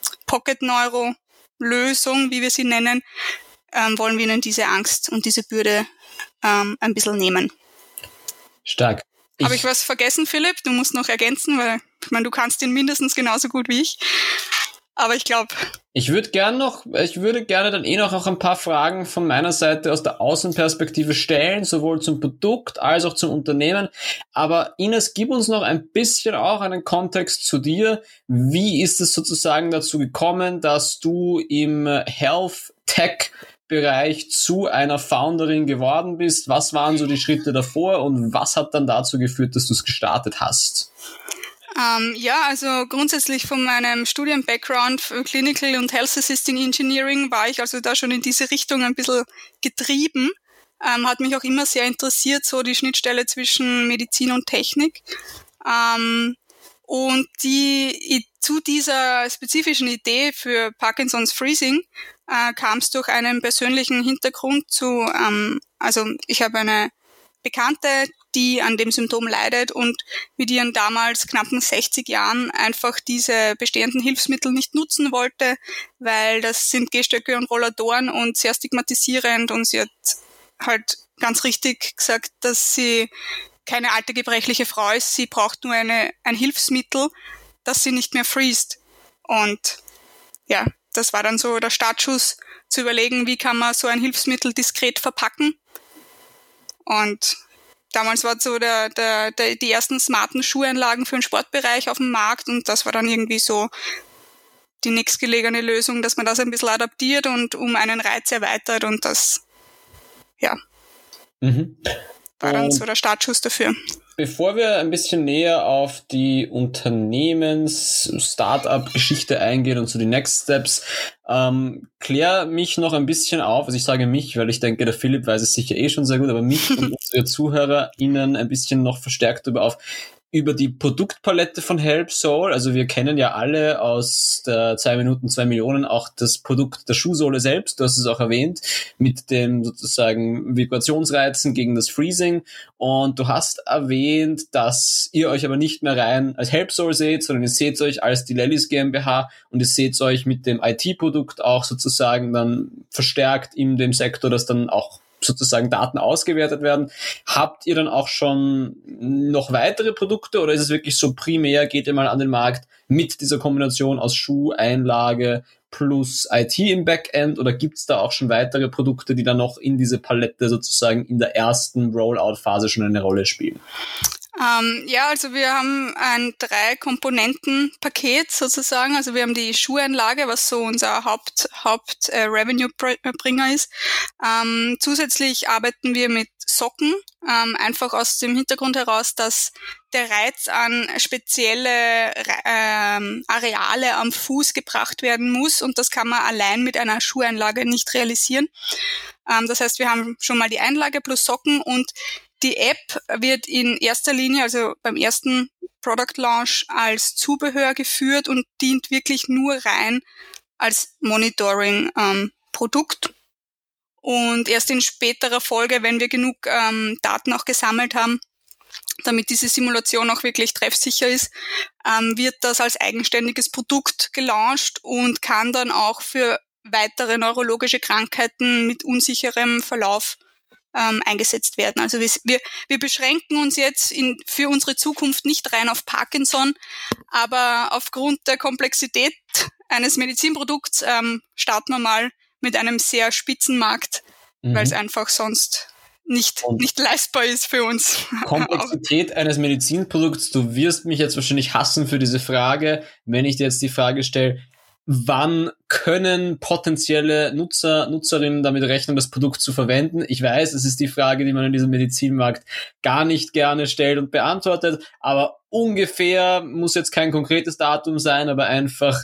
Pocket-Neuro-Lösung, wie wir sie nennen, ähm, wollen wir ihnen diese Angst und diese Bürde ähm, ein bisschen nehmen. Stark. Habe ich was vergessen, Philipp? Du musst noch ergänzen, weil ich meine, du kannst ihn mindestens genauso gut wie ich. Aber ich glaube... Ich würde gerne noch, ich würde gerne dann eh noch auch ein paar Fragen von meiner Seite aus der Außenperspektive stellen, sowohl zum Produkt als auch zum Unternehmen. Aber Ines, gib uns noch ein bisschen auch einen Kontext zu dir. Wie ist es sozusagen dazu gekommen, dass du im Health Tech Bereich zu einer Founderin geworden bist? Was waren so die Schritte davor und was hat dann dazu geführt, dass du es gestartet hast? Ähm, ja, also grundsätzlich von meinem Studien-Background für Clinical und Health Assisting Engineering war ich also da schon in diese Richtung ein bisschen getrieben. Ähm, hat mich auch immer sehr interessiert, so die Schnittstelle zwischen Medizin und Technik. Ähm, und die zu dieser spezifischen Idee für Parkinson's Freezing äh, kam es durch einen persönlichen Hintergrund zu, ähm, also ich habe eine Bekannte, die an dem Symptom leidet und mit ihren damals knappen sechzig Jahren einfach diese bestehenden Hilfsmittel nicht nutzen wollte, weil das sind Gehstöcke und Rollatoren und sehr stigmatisierend, und sie hat halt ganz richtig gesagt, dass sie keine alte gebrechliche Frau ist, sie braucht nur eine ein Hilfsmittel, das sie nicht mehr freest. Und ja, das war dann so der Startschuss, zu überlegen, wie kann man so ein Hilfsmittel diskret verpacken. Und damals war so der, der, der, die ersten smarten Schuhanlagen für den Sportbereich auf dem Markt, und das war dann irgendwie so die nächstgelegene Lösung, dass man das ein bisschen adaptiert und um einen Reiz erweitert, und das, ja, mhm. war dann so der Startschuss dafür. Bevor wir ein bisschen näher auf die Unternehmens-Startup-Geschichte eingehen und zu den Next Steps, ähm, klär mich noch ein bisschen auf, also ich sage mich, weil ich denke, der Philipp weiß es sicher eh schon sehr gut, aber mich und unsere ZuhörerInnen ein bisschen noch verstärkt darüber auf, über die Produktpalette von HelpSoul. Also wir kennen ja alle aus der zwei Minuten, zwei Millionen auch das Produkt der Schuhsohle selbst. Du hast es auch erwähnt, mit dem sozusagen Vibrationsreizen gegen das Freezing. Und du hast erwähnt, dass ihr euch aber nicht mehr rein als HelpSoul seht, sondern ihr seht euch als die Lellys GmbH und ihr seht euch mit dem I T-Produkt auch sozusagen dann verstärkt in dem Sektor, das dann auch sozusagen Daten ausgewertet werden. Habt ihr dann auch schon noch weitere Produkte, oder ist es wirklich so primär, geht ihr mal an den Markt mit dieser Kombination aus Schuh, Einlage plus I T im Backend, oder gibt's da auch schon weitere Produkte, die dann noch in diese Palette sozusagen in der ersten Rollout-Phase schon eine Rolle spielen? Ähm, ja, also wir haben ein Drei-Komponenten-Paket sozusagen. Also wir haben die Schuhanlage, was so unser Haupt, Haupt äh, Revenue-Bringer ist. Ähm, zusätzlich arbeiten wir mit Socken, ähm, einfach aus dem Hintergrund heraus, dass der Reiz an spezielle ähm, Areale am Fuß gebracht werden muss, und das kann man allein mit einer Schuhanlage nicht realisieren. Ähm, das heißt, wir haben schon mal die Einlage plus Socken, und die App wird in erster Linie, also beim ersten Product Launch, als Zubehör geführt und dient wirklich nur rein als Monitoring-Produkt. Ähm, und erst in späterer Folge, wenn wir genug ähm, Daten auch gesammelt haben, damit diese Simulation auch wirklich treffsicher ist, ähm, wird das als eigenständiges Produkt gelauncht und kann dann auch für weitere neurologische Krankheiten mit unsicherem Verlauf Ähm, eingesetzt werden. Also wir, wir, wir beschränken uns jetzt in, für unsere Zukunft nicht rein auf Parkinson, aber aufgrund der Komplexität eines Medizinprodukts ähm, starten wir mal mit einem sehr Spitzenmarkt, mhm. weil es einfach sonst nicht, nicht leistbar ist für uns. Komplexität eines Medizinprodukts, du wirst mich jetzt wahrscheinlich hassen für diese Frage, wenn ich dir jetzt die Frage stelle, wann können potenzielle Nutzer, Nutzerinnen damit rechnen, das Produkt zu verwenden? Ich weiß, es ist die Frage, die man in diesem Medizinmarkt gar nicht gerne stellt und beantwortet, aber ungefähr, muss jetzt kein konkretes Datum sein, aber einfach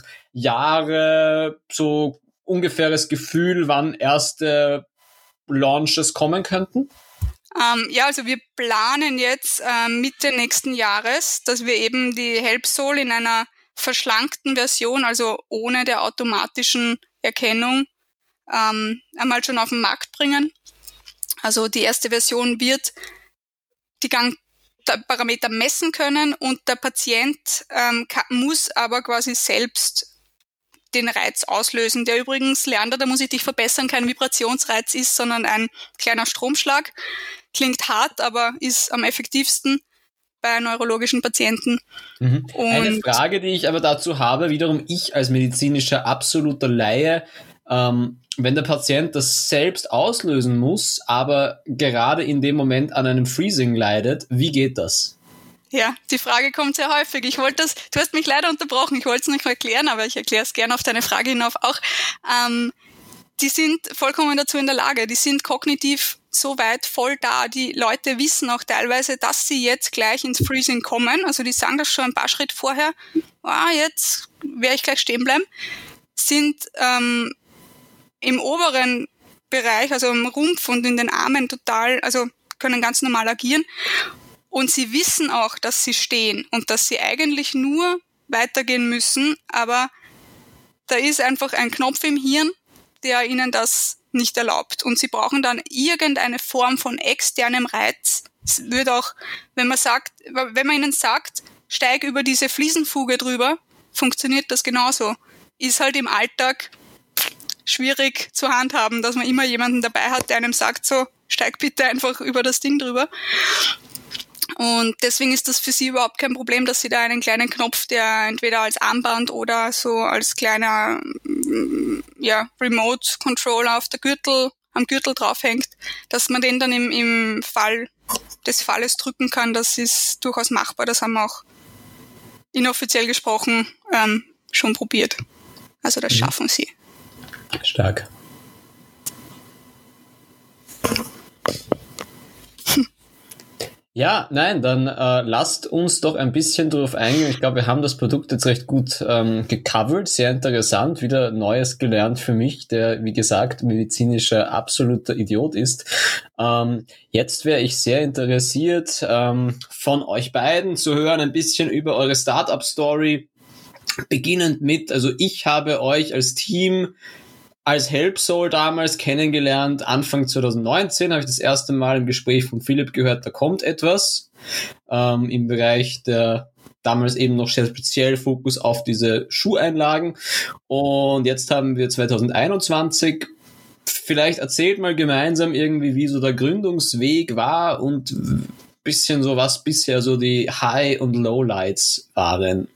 Jahre, so ungefähres Gefühl, wann erste Launches kommen könnten? Ähm, ja, also wir planen jetzt äh, Mitte nächsten Jahres, dass wir eben die HelpSoul in einer verschlankten Version, also ohne der automatischen Erkennung, ähm, einmal schon auf den Markt bringen. Also die erste Version wird die Gangparameter messen können, und der Patient ähm, kann, muss aber quasi selbst den Reiz auslösen, der übrigens, Leander, da muss ich dich verbessern, kein Vibrationsreiz ist, sondern ein kleiner Stromschlag. Klingt hart, aber ist am effektivsten. bei neurologischen Patienten. Mhm. Und eine Frage, die ich aber dazu habe, wiederum ich als medizinischer absoluter Laie, ähm, wenn der Patient das selbst auslösen muss, aber gerade in dem Moment an einem Freezing leidet, wie geht das? Ja, die Frage kommt sehr häufig. Ich wollte das, du hast mich leider unterbrochen, ich wollte es nicht erklären, aber ich erkläre es gerne auf deine Frage hinauf auch. Ähm, die sind vollkommen dazu in der Lage, die sind kognitiv so weit voll da. Die Leute wissen auch teilweise, dass sie jetzt gleich ins Freezing kommen. Also die sagen das schon ein paar Schritte vorher. Ah, jetzt werde ich gleich stehen bleiben. Sind ähm, im oberen Bereich, also im Rumpf und in den Armen total, also können ganz normal agieren. Und sie wissen auch, dass sie stehen und dass sie eigentlich nur weitergehen müssen, aber da ist einfach ein Knopf im Hirn, der ihnen das nicht erlaubt. Und sie brauchen dann irgendeine Form von externem Reiz. Es wird auch, wenn man sagt, wenn man ihnen sagt, steig über diese Fliesenfuge drüber, funktioniert das genauso. Ist halt im Alltag schwierig zu handhaben, dass man immer jemanden dabei hat, der einem sagt, so, steig bitte einfach über das Ding drüber. Und deswegen ist das für sie überhaupt kein Problem, dass sie da einen kleinen Knopf, der entweder als Armband oder so als kleiner ja, Remote-Controller auf der Gürtel, am Gürtel draufhängt, dass man den dann im, im Fall des Falles drücken kann. Das ist durchaus machbar. Das haben wir auch inoffiziell gesprochen ähm, schon probiert. Also das schaffen sie. Stark. Ja, nein, dann äh, lasst uns doch ein bisschen darauf eingehen. Ich glaube, wir haben das Produkt jetzt recht gut ähm, gecovert, sehr interessant, wieder Neues gelernt für mich, der, wie gesagt, medizinischer absoluter Idiot ist. Ähm, jetzt wäre ich sehr interessiert, ähm, von euch beiden zu hören, ein bisschen über eure Startup-Story, beginnend mit, also ich habe euch als Team als HelpSoul damals kennengelernt. Anfang zwanzig neunzehn habe ich das erste Mal im Gespräch von Philipp gehört, da kommt etwas ähm, im Bereich der damals eben noch sehr speziell Fokus auf diese Schuheinlagen. Und jetzt haben wir zwanzig einundzwanzig. Vielleicht erzählt mal gemeinsam irgendwie, wie so der Gründungsweg war und ein bisschen so, was bisher so die High- und Lowlights waren.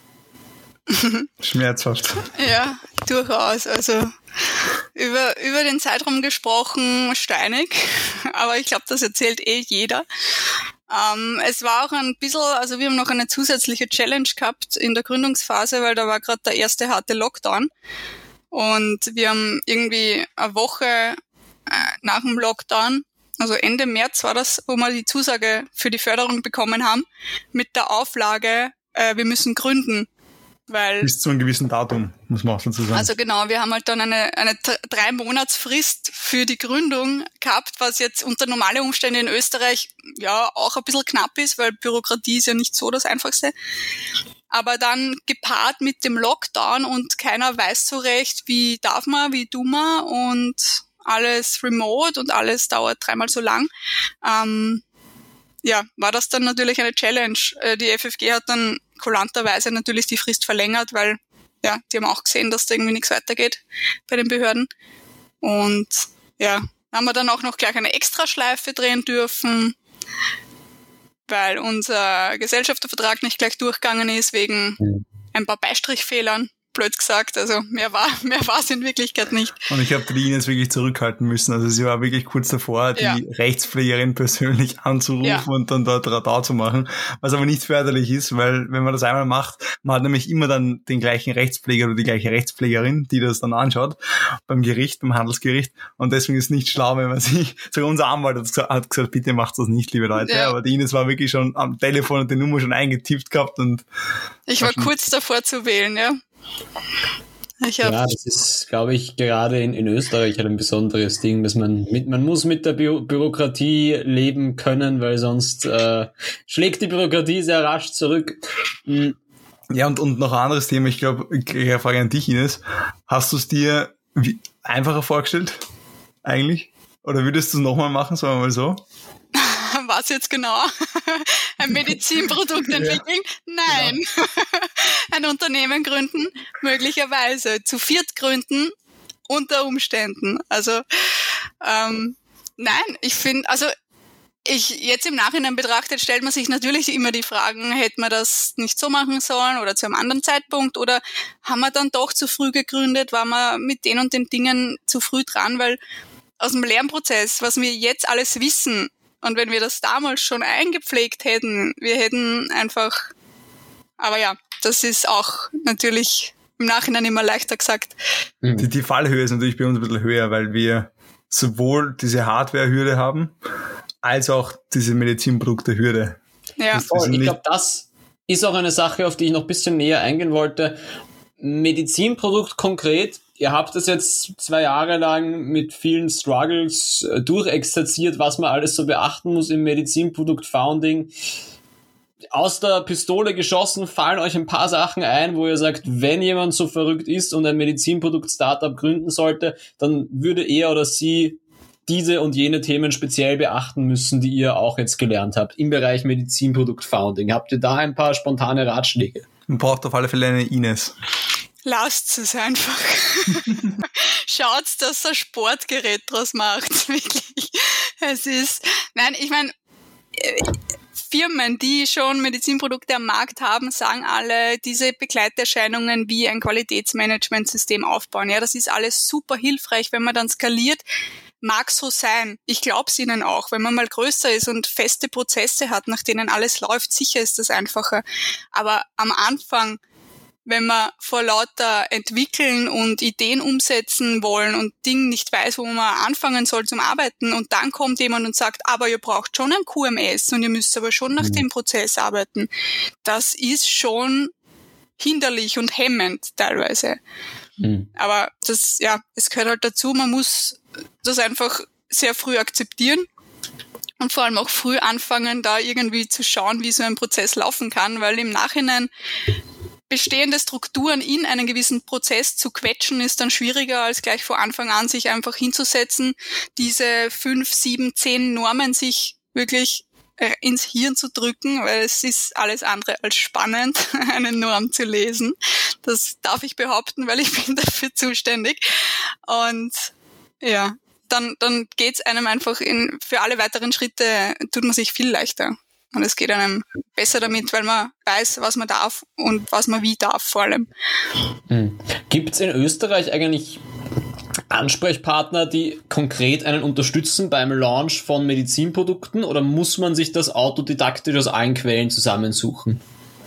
Schmerzhaft. Ja, durchaus. Also über, über den Zeitraum gesprochen, steinig, aber ich glaube, das erzählt eh jeder. Ähm, es war auch ein bisschen, also wir haben noch eine zusätzliche Challenge gehabt in der Gründungsphase, weil da war gerade der erste harte Lockdown und wir haben irgendwie eine Woche äh, nach dem Lockdown, also Ende März war das, wo wir die Zusage für die Förderung bekommen haben, mit der Auflage, äh, wir müssen gründen. Weil, bis zu einem gewissen Datum, muss man auch dazu sagen. Also genau, wir haben halt dann eine, eine drei Monatsfrist für die Gründung gehabt, was jetzt unter normale Umstände in Österreich ja auch ein bisschen knapp ist, weil Bürokratie ist ja nicht so das Einfachste. Aber dann gepaart mit dem Lockdown und keiner weiß so recht, wie darf man, wie tun wir und alles remote und alles dauert dreimal so lang. Ähm, ja, war das dann natürlich eine Challenge. Die F F G hat dann kulanterweise natürlich die Frist verlängert, weil ja, die haben auch gesehen, dass da irgendwie nichts weitergeht bei den Behörden. Und ja, haben wir dann auch noch gleich eine Extraschleife drehen dürfen, weil unser Gesellschaftervertrag nicht gleich durchgegangen ist wegen ein paar Beistrichfehlern. Blöd gesagt, also mehr war mehr war es in Wirklichkeit nicht. Und ich habe die Ines wirklich zurückhalten müssen. Also sie war wirklich kurz davor, die ja. Rechtspflegerin persönlich anzurufen ja. und dann dort Radar zu machen, was aber nicht förderlich ist, weil wenn man das einmal macht, man hat nämlich immer dann den gleichen Rechtspfleger oder die gleiche Rechtspflegerin, die das dann anschaut, beim Gericht, beim Handelsgericht, und deswegen ist es nicht schlau, wenn man sich, sogar unser Anwalt hat gesagt, bitte macht das nicht, liebe Leute, ja. aber die Ines war wirklich schon am Telefon und die Nummer schon eingetippt gehabt und ich war kurz davor zu wählen, ja. Ich ja, das ist, glaube ich, gerade in, in Österreich halt ein besonderes Ding, dass man mit, man muss mit der Bü- Bürokratie leben können, weil sonst äh, schlägt die Bürokratie sehr rasch zurück. Mhm. Ja, und, und noch ein anderes Thema, ich glaube, eine Frage an dich, Ines. Hast du es dir wie, einfacher vorgestellt, eigentlich? Oder würdest du es nochmal machen, sagen wir mal so? Was jetzt genau? Ein Medizinprodukt entwickeln? Nein. Ja. Ein Unternehmen gründen? Möglicherweise. Zu viert gründen? Unter Umständen. Also, ähm, nein, ich finde, also ich jetzt im Nachhinein betrachtet, stellt man sich natürlich immer die Fragen, hätte man das nicht so machen sollen oder zu einem anderen Zeitpunkt oder haben wir dann doch zu früh gegründet, waren wir mit den und den Dingen zu früh dran, weil aus dem Lernprozess, was wir jetzt alles wissen und wenn wir das damals schon eingepflegt hätten, wir hätten einfach, aber ja, das ist auch natürlich im Nachhinein immer leichter gesagt. Die, die Fallhöhe ist natürlich bei uns ein bisschen höher, weil wir sowohl diese Hardware-Hürde haben, als auch diese Medizinprodukte-Hürde. Ja. Voll, ich glaube, das ist auch eine Sache, auf die ich noch ein bisschen näher eingehen wollte. Medizinprodukt konkret, ihr habt das jetzt zwei Jahre lang mit vielen Struggles äh, durchexerziert, was man alles so beachten muss im Medizinprodukt-Founding. Aus der Pistole geschossen, fallen euch ein paar Sachen ein, wo ihr sagt, wenn jemand so verrückt ist und ein Medizinprodukt-Startup gründen sollte, dann würde er oder sie diese und jene Themen speziell beachten müssen, die ihr auch jetzt gelernt habt im Bereich Medizinprodukt-Founding. Habt ihr da ein paar spontane Ratschläge? Man braucht auf alle Fälle eine Ines. Lasst es einfach. Schaut, dass ihr ein Sportgerät draus macht, wirklich. Es ist, nein, ich meine, Firmen, die schon Medizinprodukte am Markt haben, sagen alle, diese Begleiterscheinungen wie ein Qualitätsmanagementsystem aufbauen. Ja, das ist alles super hilfreich, wenn man dann skaliert. Mag so sein. Ich glaube es ihnen auch. Wenn man mal größer ist und feste Prozesse hat, nach denen alles läuft, sicher ist das einfacher. Aber am Anfang, wenn man vor lauter entwickeln und Ideen umsetzen wollen und Ding nicht weiß, wo man anfangen soll zum Arbeiten und dann kommt jemand und sagt, aber ihr braucht schon ein Q M S und ihr müsst aber schon nach dem Prozess arbeiten. Das ist schon hinderlich und hemmend teilweise. Mhm. Aber das, ja, es gehört halt dazu, man muss das einfach sehr früh akzeptieren und vor allem auch früh anfangen, da irgendwie zu schauen, wie so ein Prozess laufen kann, weil im Nachhinein bestehende Strukturen in einen gewissen Prozess zu quetschen, ist dann schwieriger, als gleich vor Anfang an sich einfach hinzusetzen, diese fünf, sieben, zehn Normen sich wirklich ins Hirn zu drücken, weil es ist alles andere als spannend, eine Norm zu lesen. Das darf ich behaupten, weil ich bin dafür zuständig. Und ja, dann, dann geht's einem einfach in, für alle weiteren Schritte tut man sich viel leichter. Und es geht einem besser damit, weil man weiß, was man darf und was man wie darf vor allem. Mhm. Gibt's in Österreich eigentlich Ansprechpartner, die konkret einen unterstützen beim Launch von Medizinprodukten oder muss man sich das autodidaktisch aus allen Quellen zusammensuchen?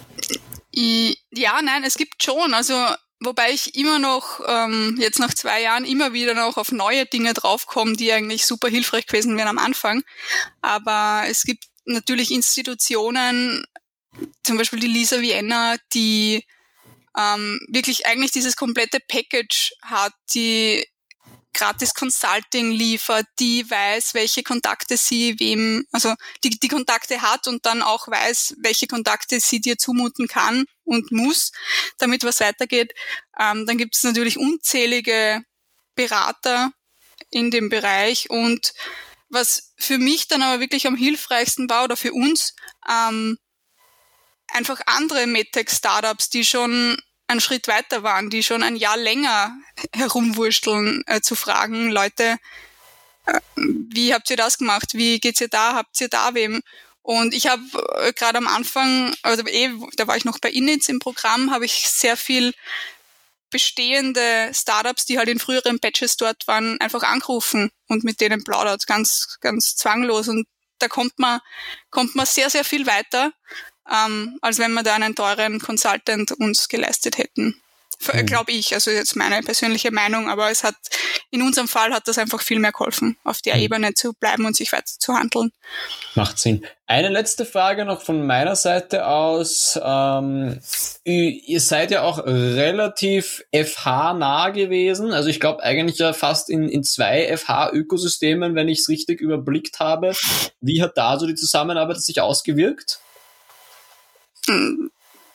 Ja, nein, es gibt schon. Also wobei ich immer noch, ähm, jetzt nach zwei Jahren, immer wieder noch auf neue Dinge draufkomme, die eigentlich super hilfreich gewesen wären am Anfang. Aber es gibt natürlich Institutionen, zum Beispiel die Lisa Vienna, die ähm, wirklich eigentlich dieses komplette Package hat, die gratis Consulting liefert, die weiß, welche Kontakte sie wem, also die, die Kontakte hat und dann auch weiß, welche Kontakte sie dir zumuten kann und muss, damit was weitergeht. Ähm, dann gibt es natürlich unzählige Berater in dem Bereich und was für mich dann aber wirklich am hilfreichsten war oder für uns, ähm, einfach andere MedTech-Startups, die schon einen Schritt weiter waren, die schon ein Jahr länger herumwurschteln, äh, zu fragen, Leute, äh, wie habt ihr das gemacht? Wie geht's ihr da? Habt ihr da wem? Und ich habe äh, gerade am Anfang, also eh, da war ich noch bei Inits im Programm, habe ich sehr viel bestehende Startups, die halt in früheren Batches dort waren, einfach angerufen und mit denen plaudert, ganz, ganz zwanglos. Und da kommt man, kommt man sehr, sehr viel weiter, ähm, als wenn wir da einen teuren Consultant uns geleistet hätten. Mhm. Glaube ich, also jetzt meine persönliche Meinung, aber es hat, in unserem Fall hat das einfach viel mehr geholfen, auf der mhm. Ebene zu bleiben und sich weiter zu handeln. Macht Sinn. Eine letzte Frage noch von meiner Seite aus. Ähm, ihr seid ja auch relativ F H-nah gewesen, also ich glaube eigentlich ja fast in, in zwei F H-Ökosystemen, wenn ich es richtig überblickt habe. Wie hat da so die Zusammenarbeit sich ausgewirkt? Hm.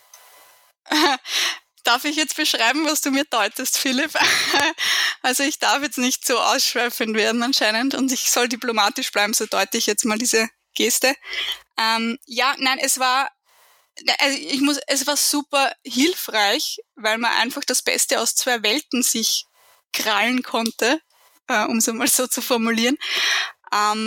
Darf ich jetzt beschreiben, was du mir deutest, Philipp? Also ich darf jetzt nicht so ausschweifend werden anscheinend und ich soll diplomatisch bleiben, so deute ich jetzt mal diese Geste. Ähm, ja, nein, es war, also ich muss, es war super hilfreich, weil man einfach das Beste aus zwei Welten sich krallen konnte, äh, um es mal so zu formulieren. Ähm,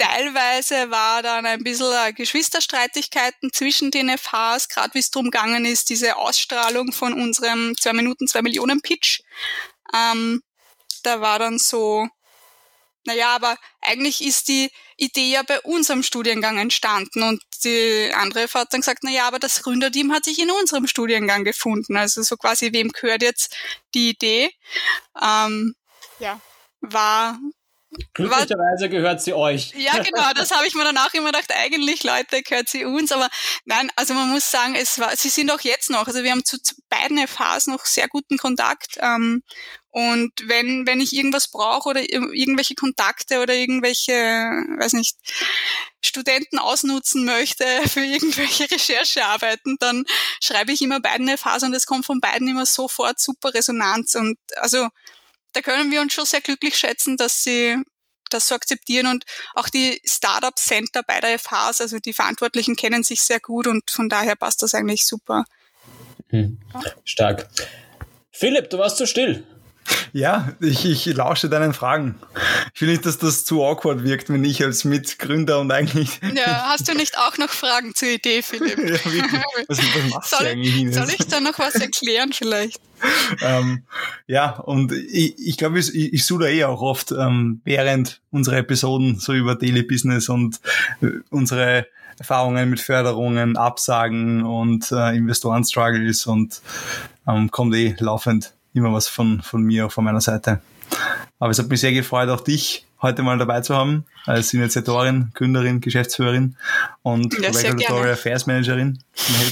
teilweise war dann ein bisschen Geschwisterstreitigkeiten zwischen den F Hs, gerade wie es darum gegangen ist, diese Ausstrahlung von unserem zwei Minuten zwei Millionen Pitch. Ähm, da war dann so, naja, aber eigentlich ist die Idee ja bei unserem Studiengang entstanden und die andere F H hat dann gesagt, naja, aber das Gründerteam hat sich in unserem Studiengang gefunden. Also so quasi, wem gehört jetzt die Idee? Ähm, ja, war... Glücklicherweise gehört sie euch. Ja, genau, das habe ich mir danach immer gedacht, eigentlich, Leute, gehört sie uns, aber nein, also man muss sagen, es war, sie sind auch jetzt noch, also wir haben zu, zu beiden F Hs noch sehr guten Kontakt, ähm, und wenn, wenn ich irgendwas brauche oder irgendwelche Kontakte oder irgendwelche, weiß nicht, Studenten ausnutzen möchte für irgendwelche Recherchearbeiten, dann schreibe ich immer beiden F Hs und es kommt von beiden immer sofort super Resonanz und also, da können wir uns schon sehr glücklich schätzen, dass sie das so akzeptieren und auch die Startup-Center beider F Hs, also die Verantwortlichen kennen sich sehr gut und von daher passt das eigentlich super. Hm. Stark. Philipp, du warst so still. Ja, ich, ich lausche deinen Fragen. Ich will nicht, dass das zu awkward wirkt, wenn ich als Mitgründer und eigentlich... Ja, hast du nicht auch noch Fragen zur Idee, Philipp? Ja, wirklich. Was, was machst soll, du eigentlich, Ines? Soll ich da noch was erklären vielleicht? ähm, ja, und ich, ich glaube, ich, ich suche da eh auch oft ähm, während unserer Episoden so über Daily Business und äh, unsere Erfahrungen mit Förderungen, Absagen und äh, Investoren-Struggles und ähm, kommt eh laufend immer was von, von mir, auch von meiner Seite. Aber es hat mich sehr gefreut, auch dich heute mal dabei zu haben, als Initiatorin, Gründerin, Geschäftsführerin und ja, Regulatory Affairs Managerin.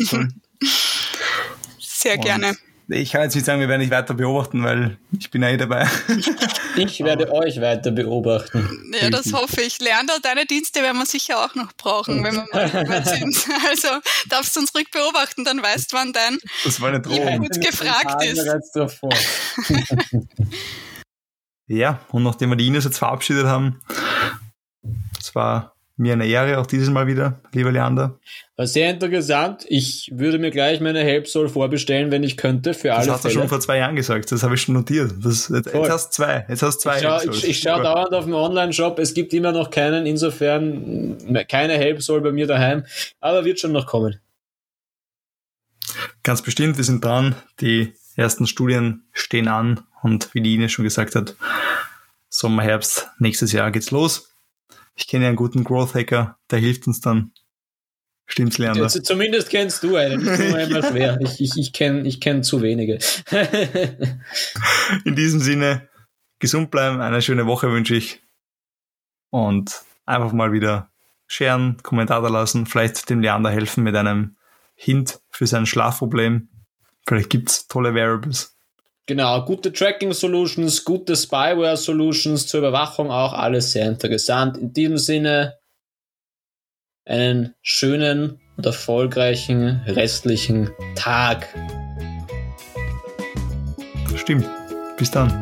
Sehr und gerne. Ich kann jetzt nicht sagen, wir werden dich weiter beobachten, weil ich bin ja eh dabei. Ich werde Aber euch weiter beobachten. Ja, das hoffe ich. Leander, deine Dienste werden wir sicher auch noch brauchen, wenn wir mal weit sind. Also darfst du uns ruhig beobachten, dann weißt, wann dein das war eine Drohung. gut gefragt ist. Ja, und nachdem wir die Ines jetzt verabschiedet haben, es war mir eine Ehre, auch dieses Mal wieder, lieber Leander. War sehr interessant. Ich würde mir gleich meine Helpsoul vorbestellen, wenn ich könnte, für alle Fälle. Das hast du schon vor zwei Jahren gesagt, das habe ich schon notiert. Das, jetzt, jetzt hast du zwei. Jetzt hast zwei ich schaue ich, ich schau dauernd auf dem Online-Shop, es gibt immer noch keinen, insofern keine Helpsoul bei mir daheim, aber wird schon noch kommen. Ganz bestimmt, wir sind dran, die ersten Studien stehen an und wie die Ines schon gesagt hat, Sommer, Herbst, nächstes Jahr geht's los. Ich kenne einen guten Growth Hacker, der hilft uns dann. Stimmt's, Leander? Also, zumindest kennst du einen. Das ist immer immer schwer. Ich, ich, ich kenne ich kenn zu wenige. In diesem Sinne, gesund bleiben, eine schöne Woche wünsche ich. Und einfach mal wieder sharen, Kommentar da lassen, vielleicht dem Leander helfen mit einem Hint für sein Schlafproblem. Vielleicht gibt's tolle Variables. Genau, gute Tracking-Solutions, gute Spyware-Solutions zur Überwachung, auch alles sehr interessant. In diesem Sinne, einen schönen und erfolgreichen restlichen Tag. Stimmt. Bis dann.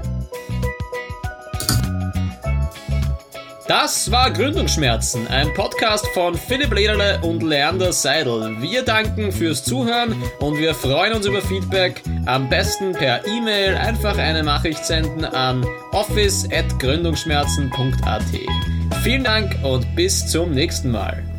Das war Gründungsschmerzen, ein Podcast von Philipp Lederle und Leander Seidel. Wir danken fürs Zuhören und wir freuen uns über Feedback. Am besten per E-Mail einfach eine Nachricht senden an office at gründungsschmerzen punkt a t. Vielen Dank und bis zum nächsten Mal.